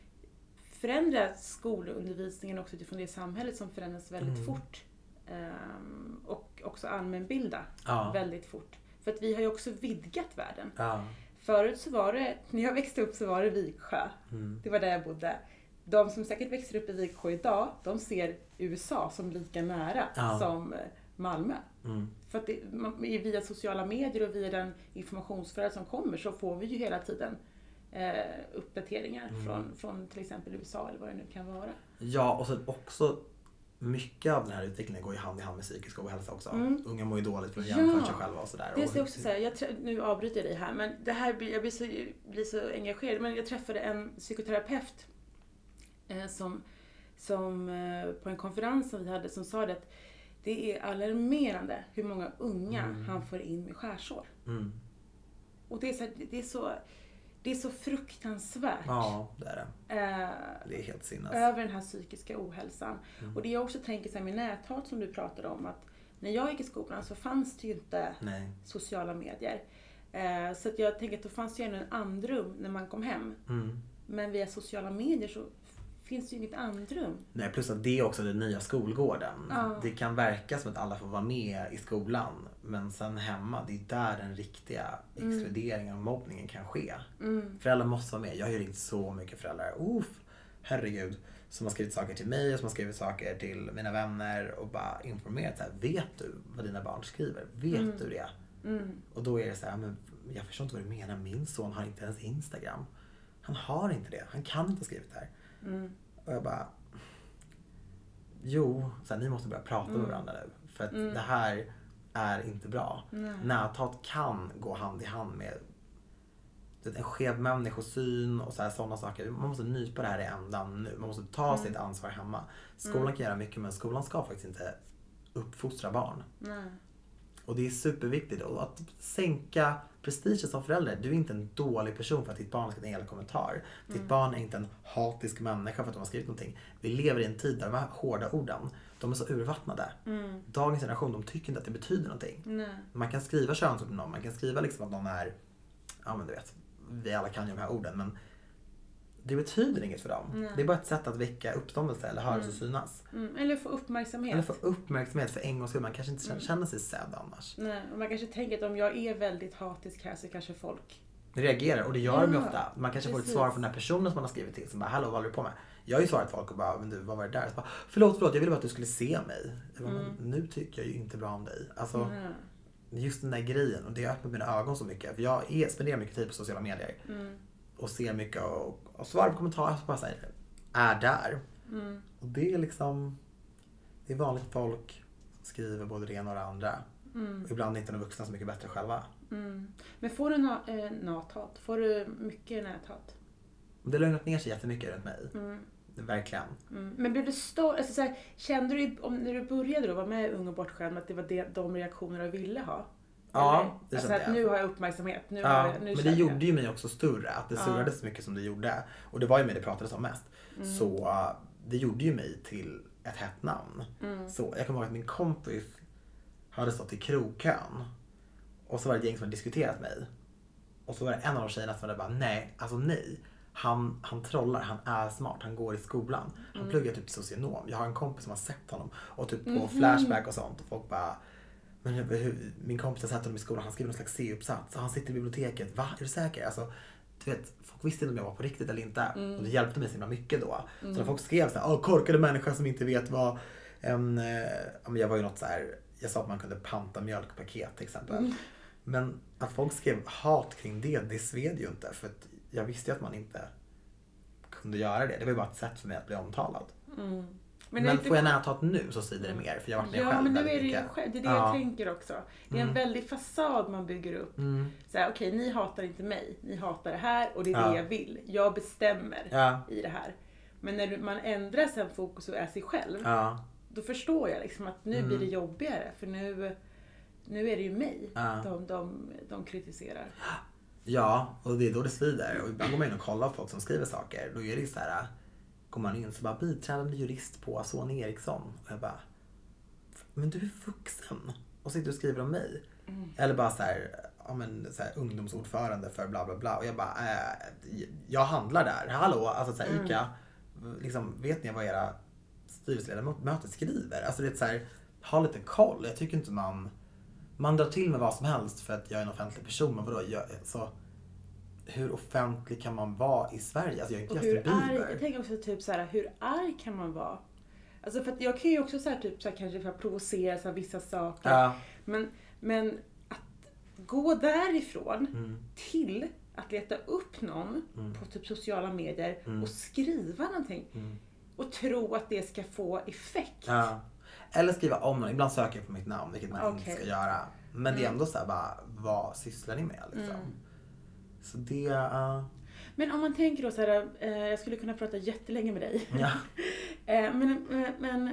förändra skolundervisningen också utifrån det samhället som förändras väldigt mm. fort. Um, och också allmänbilda ja. väldigt fort. För att vi har ju också vidgat världen. Ja. Förut så var det, när jag växte upp så var det Viksjö. Mm. Det var där jag bodde. De som säkert växer upp i Viksjö idag, de ser U S A som lika nära ja. som Malmö. Mm. För att det, via sociala medier och via den informationsflöde som kommer så får vi ju hela tiden eh, uppdateringar mm. från, från till exempel U S A eller vad det nu kan vara. Ja, och så också mycket av den här utvecklingen går ju hand i hand med psykisk ohälsa också. Mm. Unga mår ju dåligt för att jämföra ja. sig själva och sådär. Det ska jag också säga. Jag trä- nu avbryter jag dig här, men det här blir, jag blir så, blir så engagerad. Men jag träffade en psykoterapeut eh, som, som eh, på en konferens som vi hade som sa det att det är alarmerande hur många unga mm. han får in med skärsår. Mm. Och det är så, det är så Det är så fruktansvärt. Ja, det är det. Eh, det är helt sinnes. Över den här psykiska ohälsan. Mm. Och det jag också tänker så här med näthat som du pratade om. Att när jag gick i skolan så fanns det ju inte Nej. sociala medier. Eh, så att jag tänker att då fanns det ju en andrum när man kom hem. Mm. Men via sociala medier så finns det ju inget andrum. Nej, plus att det är också den nya skolgården. Ja. Det kan verka som att alla får vara med i skolan. Men sen hemma, det är där den riktiga exkluderingen och mobbningen kan ske. Mm. Föräldrar måste vara med. Jag har ju ringt så mycket föräldrar. Uff, herregud. Som har skrivit saker till mig och som har skrivit saker till mina vänner. Och bara informerat så här, vet du vad dina barn skriver? Vet mm. du det? Mm. Och då är det så här, men jag förstår inte vad du menar. Min son har inte ens Instagram. Han har inte det. Han kan inte ha skrivit det här. Mm. Och jag bara, jo, så här, ni måste börja prata mm. med varandra nu. För att mm. det här är inte bra. Nej. Näthat kan gå hand i hand med en skev människosyn och så här, sådana saker. Man måste nypa det här i ändan nu. Man måste ta mm. sitt ansvar hemma. Skolan mm. kan göra mycket, men skolan ska faktiskt inte uppfostra barn. Nej. Och det är superviktigt att sänka prestigen som förälder. Du är inte en dålig person för att ditt barn har skrivit en hel kommentar. Ditt mm. barn är inte en hatisk människa för att de har skrivit någonting. Vi lever i en tid där de här hårda orden, de är så urvattnade. Mm. Dagens generation, de tycker inte att det betyder någonting. Nej. Man kan skriva könsord till någon, man kan skriva liksom att någon är, ja men du vet, vi alla kan ju de här orden, men det betyder inget för dem. Nej. Det är bara ett sätt att väcka uppståndelse eller höras mm. och synas. Mm. Eller få uppmärksamhet. Eller få uppmärksamhet för en gångs skull. Man kanske inte mm. känner sig sedd annars. Nej, och man kanske tänker att om jag är väldigt hatisk här så kanske folk reagerar, och det gör ja, de ju ofta. Man kanske precis. får ett svar från den här personen som man har skrivit till som bara, hallå, vad håller du på med? Jag har ju svarat folk och bara, men du, vad var det där? Så bara, förlåt, förlåt, jag ville bara att du skulle se mig. Jag bara, mm. nu tycker jag ju inte bra om dig. Alltså, mm. just den där grejen, och det har öppnat mina ögon så mycket. För jag är, spenderar mycket tid på sociala medier. Mm. Och ser mycket och, och svarar på kommentarer och bara säger, är där. Mm. Och det är liksom, det är vanligt folk som skriver både det ena och det andra. Mm. Och ibland är inte de vuxna så mycket bättre själva. Mm. Men får du na- äh, näthat? Får du mycket näthat? Det har lugnat ner sig jättemycket runt mig. Mm. Verkligen. Mm. Men blev du stor, alltså, så här, kände du om, när du började då vara med i Ung och bortskämd att det var det, de reaktioner du ville ha? Ja, eller? det alltså kände att jag. nu har jag uppmärksamhet. Nu ja, har jag, nu men det gjorde jag. ju mig också större. Att det ja. surrades så mycket som det gjorde. Och det var ju mig det pratades om mest. Mm. Så uh, det gjorde ju mig till ett hett namn. Mm. Så jag kommer ihåg att min kompis hade stått i krogkön. Och så var det ett gäng som hade diskuterat mig. Och så var det en av de tjejerna som hade bara, nej, alltså nej. Han, han trollar, han är smart, han går i skolan. Han Mm. pluggar typ socionom. Jag har en kompis som har sett honom. Och typ på Mhm. Flashback och sånt. Och folk bara, men hur, hur, min kompis har sett honom i skolan, han skriver någon slags C-uppsats. Han sitter i biblioteket, va? Är du säker? Alltså, du vet, folk visste inte om jag var på riktigt eller inte. Mm. Och det hjälpte mig så himla mycket då. Mm. Så när folk skrev så här, åh, korkade människa som inte vet vad en, eh, ja, men jag var ju något så här, jag sa att man kunde panta mjölkpaket till exempel. Mm. Men att folk skrev hat kring det, det sved ju inte. För att jag visste ju att man inte kunde göra det. Det var ju bara ett sätt för mig att bli omtalad. Mm. Men, Men, får jag näthat nu så säger det mer. För jag har varit med ja, själv men nu är väldigt det ju mycket. själv. Det är det Ja. jag tänker också. Det är en Mm. väldig fasad man bygger upp. Mm. Så här, okej, ni hatar inte mig. Ni hatar det här och det är Ja. det jag vill. Jag bestämmer Ja. i det här. Men när man ändrar sen fokus och är sig själv. Ja. Då förstår jag liksom att nu Mm. blir det jobbigare. För nu, nu är det ju mig Ja. de, de, de kritiserar. Ja, och det är då det svider. Och ibland går man in och kollar på folk som skriver saker. Då är det så här, går man in så bara biträdande jurist på Sony Eriksson. Och jag bara, men du är vuxen. Och sitter och skriver om mig. Mm. Eller bara så här, ja men så här, ungdomsordförande för bla bla bla. Och jag bara, äh, jag handlar där. Hallå, alltså så här, Mm. Ica. Liksom, vet ni vad era styrelseledamöter skriver? Alltså det är så här, ha lite koll. Jag tycker inte man, man drar till med vad som helst för att jag är en offentlig person. Men vadå, jag, så, hur offentlig kan man vara i Sverige? Alltså jag är inte Och hur Justin arg, Bieber. jag tänker också typ så här, hur arg kan man vara? Alltså för att jag kan ju också så här, typ så här, kanske för att provoceras av vissa saker. Ja. Men, men att gå därifrån Mm. till att leta upp någon Mm. på typ sociala medier Mm. och skriva någonting Mm. och tro att det ska få effekt. Ja. Eller skriva om någon. Ibland söker jag på mitt namn, vilket man Okej. inte ska göra. Men det är Mm. ändå så här bara, vad sysslar ni med liksom? Mm. Så det, uh, Men om man tänker då så här, eh, jag skulle kunna prata jättelänge med dig. ja. Eh, men eh, men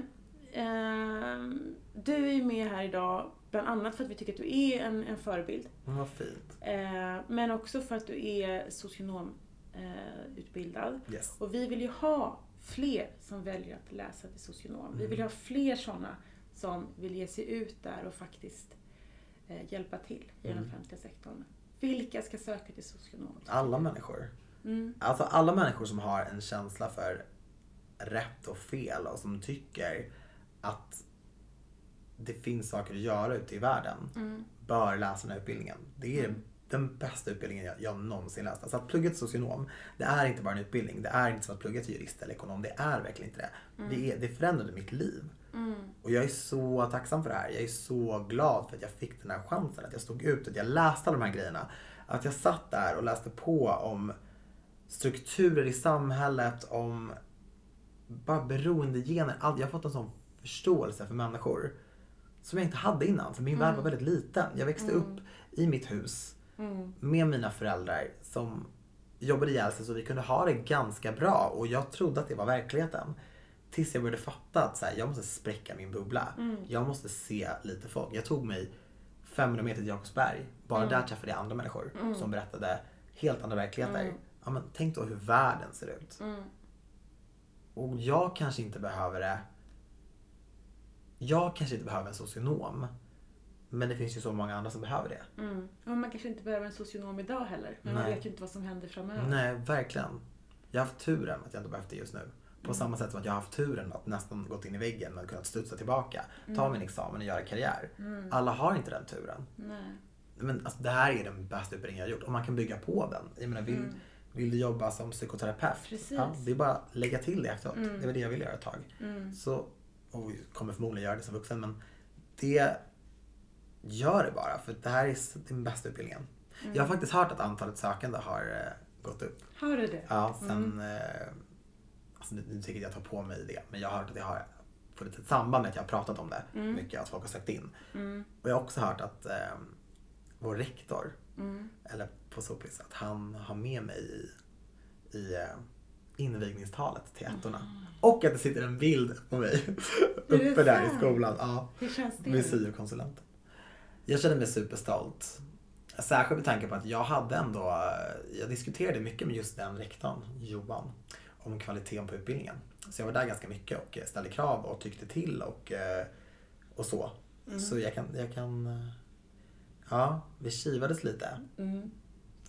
eh, du är ju med här idag bland annat för att vi tycker att du är en, en förebild. Men vad fint. Eh, men också för att du är socionomutbildad. Eh, utbildad. Yes. Och vi vill ju ha fler som väljer att läsa till socionom. Vi Mm. vill ha fler sådana som vill ge sig ut där och faktiskt eh, hjälpa till i den Mm. offentliga sektorn. Vilka ska söka till socionom? Alla människor. Mm. Alltså alla människor som har en känsla för rätt och fel och som tycker att det finns saker att göra ute i världen Mm. bör läsa den här utbildningen. Det är Mm. den bästa utbildningen jag, jag någonsin läst. Alltså att plugga till socionom, det är inte bara en utbildning. Det är inte som att plugga till jurist eller ekonom. Det är verkligen inte det. Mm. Det, är, det förändrade mitt liv. Mm. Och jag är så tacksam för det här. Jag är så glad för att jag fick den här chansen. Att jag stod ut, att jag läste alla de här grejerna. Att jag satt där och läste på om strukturer i samhället, om bara beroendegener. Jag har fått en sån förståelse för människor som jag inte hade innan. För min Mm. värld var väldigt liten. Jag växte Mm. upp i mitt hus Mm. med mina föräldrar som jobbade ihjäl sig så vi kunde ha det ganska bra. Och jag trodde att det var verkligheten. Tills jag började fatta att så här, jag måste spräcka min bubbla. Mm. Jag måste se lite folk. Jag tog mig femhundra meter till Jakobsberg. Bara Mm. där träffade jag andra människor Mm. som berättade helt andra verkligheter. Mm. Ja, men tänk då hur världen ser ut. Mm. Och jag kanske inte behöver det. Jag kanske inte behöver en socionom. Men det finns ju så många andra som behöver det. Mm. Och man kanske inte behöver en socionom idag heller. Men man Nej. vet ju inte vad som händer framöver. Nej, verkligen. Jag har haft turen att jag inte behövt det just nu. På Mm. samma sätt som att jag har haft turen att nästan gått in i väggen men kunnat studsa tillbaka. Ta Mm. min examen och göra karriär. Mm. Alla har inte den turen. Nej. Men alltså, det här är den bästa utbildningen jag har gjort. Och man kan bygga på den. Jag menar, vill, Mm. vill du jobba som psykoterapeut? Precis. Ja, det är bara att lägga till det efteråt. Mm. Det var det jag ville göra ett tag. Mm. Så, och jag kommer förmodligen göra det som vuxen. Men det gör det bara. För det här är den bästa utbildningen. Mm. Jag har faktiskt hört att antalet sökande har eh, gått upp. Har du det? Ja, sen... Eh, alltså, nu, nu tycker jag tar på mig det. Men jag har hört att det har funnits ett samband med att jag har pratat om det Mm. mycket. Att folk har sökt in. Mm. Och jag har också hört att eh, vår rektor, Mm. eller på Sopis, att han har med mig i, i eh, invigningstalet till ettorna. Mm. Och att det sitter en bild på mig Är det uppe där i sant? skolan. Ja, Hur känns det? med syokonsulenten. Jag känner mig superstolt. Särskilt med tanke på att jag hade ändå, jag diskuterade mycket med just den rektorn, Johan, om kvaliteten på utbildningen. Så jag var där ganska mycket och ställde krav och tyckte till och, och så. Mm. Så jag kan, jag kan, ja, vi kivades lite. Mm.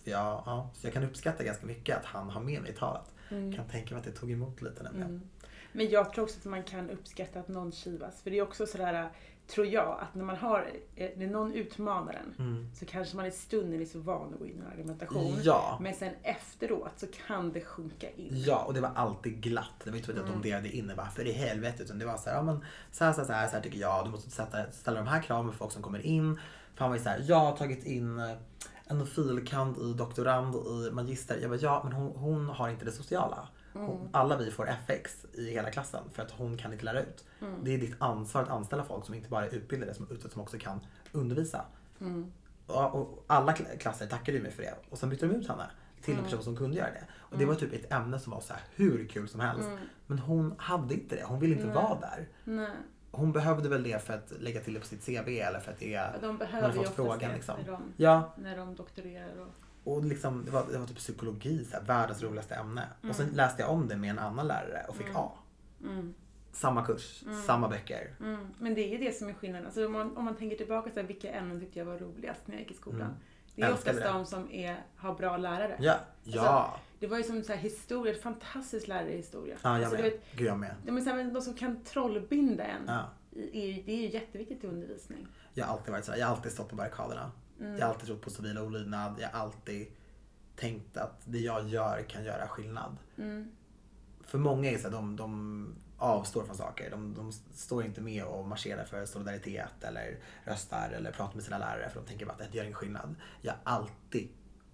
För jag, ja, så jag kan uppskatta ganska mycket att han har med mig i talet. Mm. Kan tänka mig att det tog emot lite nämligen. Mm. Men jag tror också att man kan uppskatta att någon kivas. För det är också sådär, tror jag, att när man har, när någon utmanar en, mm. så kanske man i stunden är så van att gå in i en argumentation. Ja. Men sen efteråt så kan det sjunka in. Ja, och det var alltid glatt. Det var inte så att de delade in det bara för i helvete. Utan det var så här, ja men så här, så här, så här, så här tycker jag. Du måste sätta, ställa de här kraven för folk som kommer in. För han var ju så här, jag har tagit in en filkand i doktorand i magister. Jag bara, ja men hon, hon har inte det sociala. Hon, mm. Alla vi får F X i hela klassen för att hon kan inte lära ut. Mm. Det är ditt ansvar att anställa folk som inte bara är utbildade utan som också kan undervisa. Mm. Och, och alla klasser tackade ju mig för det. Och sen bytte de ut henne till en person som kunde göra det. Och det var typ ett ämne som var så här hur kul som helst. Mm. Men hon hade inte det. Hon ville inte Nej. vara där. Nej. Hon behövde väl det för att lägga till det på sitt C V eller för att det är... Ja, de behöver ju frågan liksom. när, de, ja. när de doktorerar. Och... Och liksom, det var, det var typ psykologi, så här, världens roligaste ämne. Mm. Och sen läste jag om det med en annan lärare och fick mm. A. Mm. Samma kurs, mm. samma böcker. Mm. Men det är ju det som är skillnaden. Alltså om, man, om man tänker tillbaka så här, vilka ämnen tyckte jag var roligast när jag gick i skolan. Mm. Det är oftast de som är, har bra lärare. Ja, ja. Alltså, det var ju som så här historia, ett fantastiskt lärare i historia. Ja, jag alltså, med. Vet, Gud, jag med. De, så här, de som kan trollbinda en. Ja. Är, det är ju jätteviktigt i undervisning. Jag har alltid varit så här, jag har alltid stått på barrikaderna. Mm. Jag har alltid trott på civila olydnad. Jag har alltid tänkt att det jag gör kan göra skillnad. Mm. För många är så här, de, de avstår från saker. De, de står inte med och marscherar för solidaritet eller röstar eller pratar med sina lärare för de tänker bara att det gör ingen skillnad. Jag har alltid,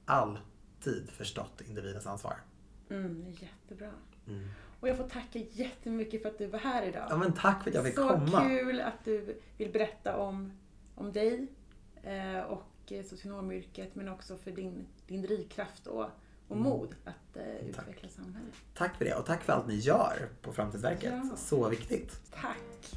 alltid förstått individens ansvar. Mm, jättebra. Mm. Och jag får tacka jättemycket för att du var här idag. Ja, men tack för att jag fick så komma. Så kul att du vill berätta om, om dig eh, och socionomyrket, men också för din, din drivkraft och, och mod att eh, utveckla samhället. Tack för det och tack för allt ni gör på Framtidsverket. Ja. Så viktigt. Tack.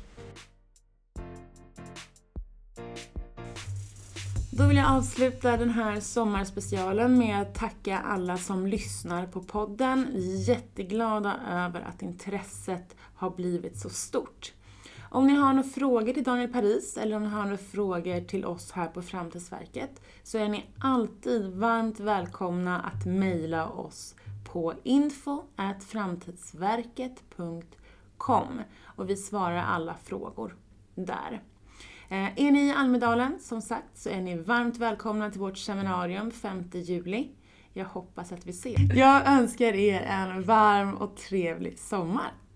Då vill jag avsluta den här sommarspecialen med att tacka alla som lyssnar på podden. Jätteglada över att intresset har blivit så stort. Om ni har några frågor till Daniel Paris eller om ni har några frågor till oss här på Framtidsverket så är ni alltid varmt välkomna att mejla oss på info at framtidsverket punkt com och vi svarar alla frågor där. Är ni i Almedalen, som sagt, så är ni varmt välkomna till vårt seminarium femte juli. Jag hoppas att vi ses. Jag önskar er en varm och trevlig sommar.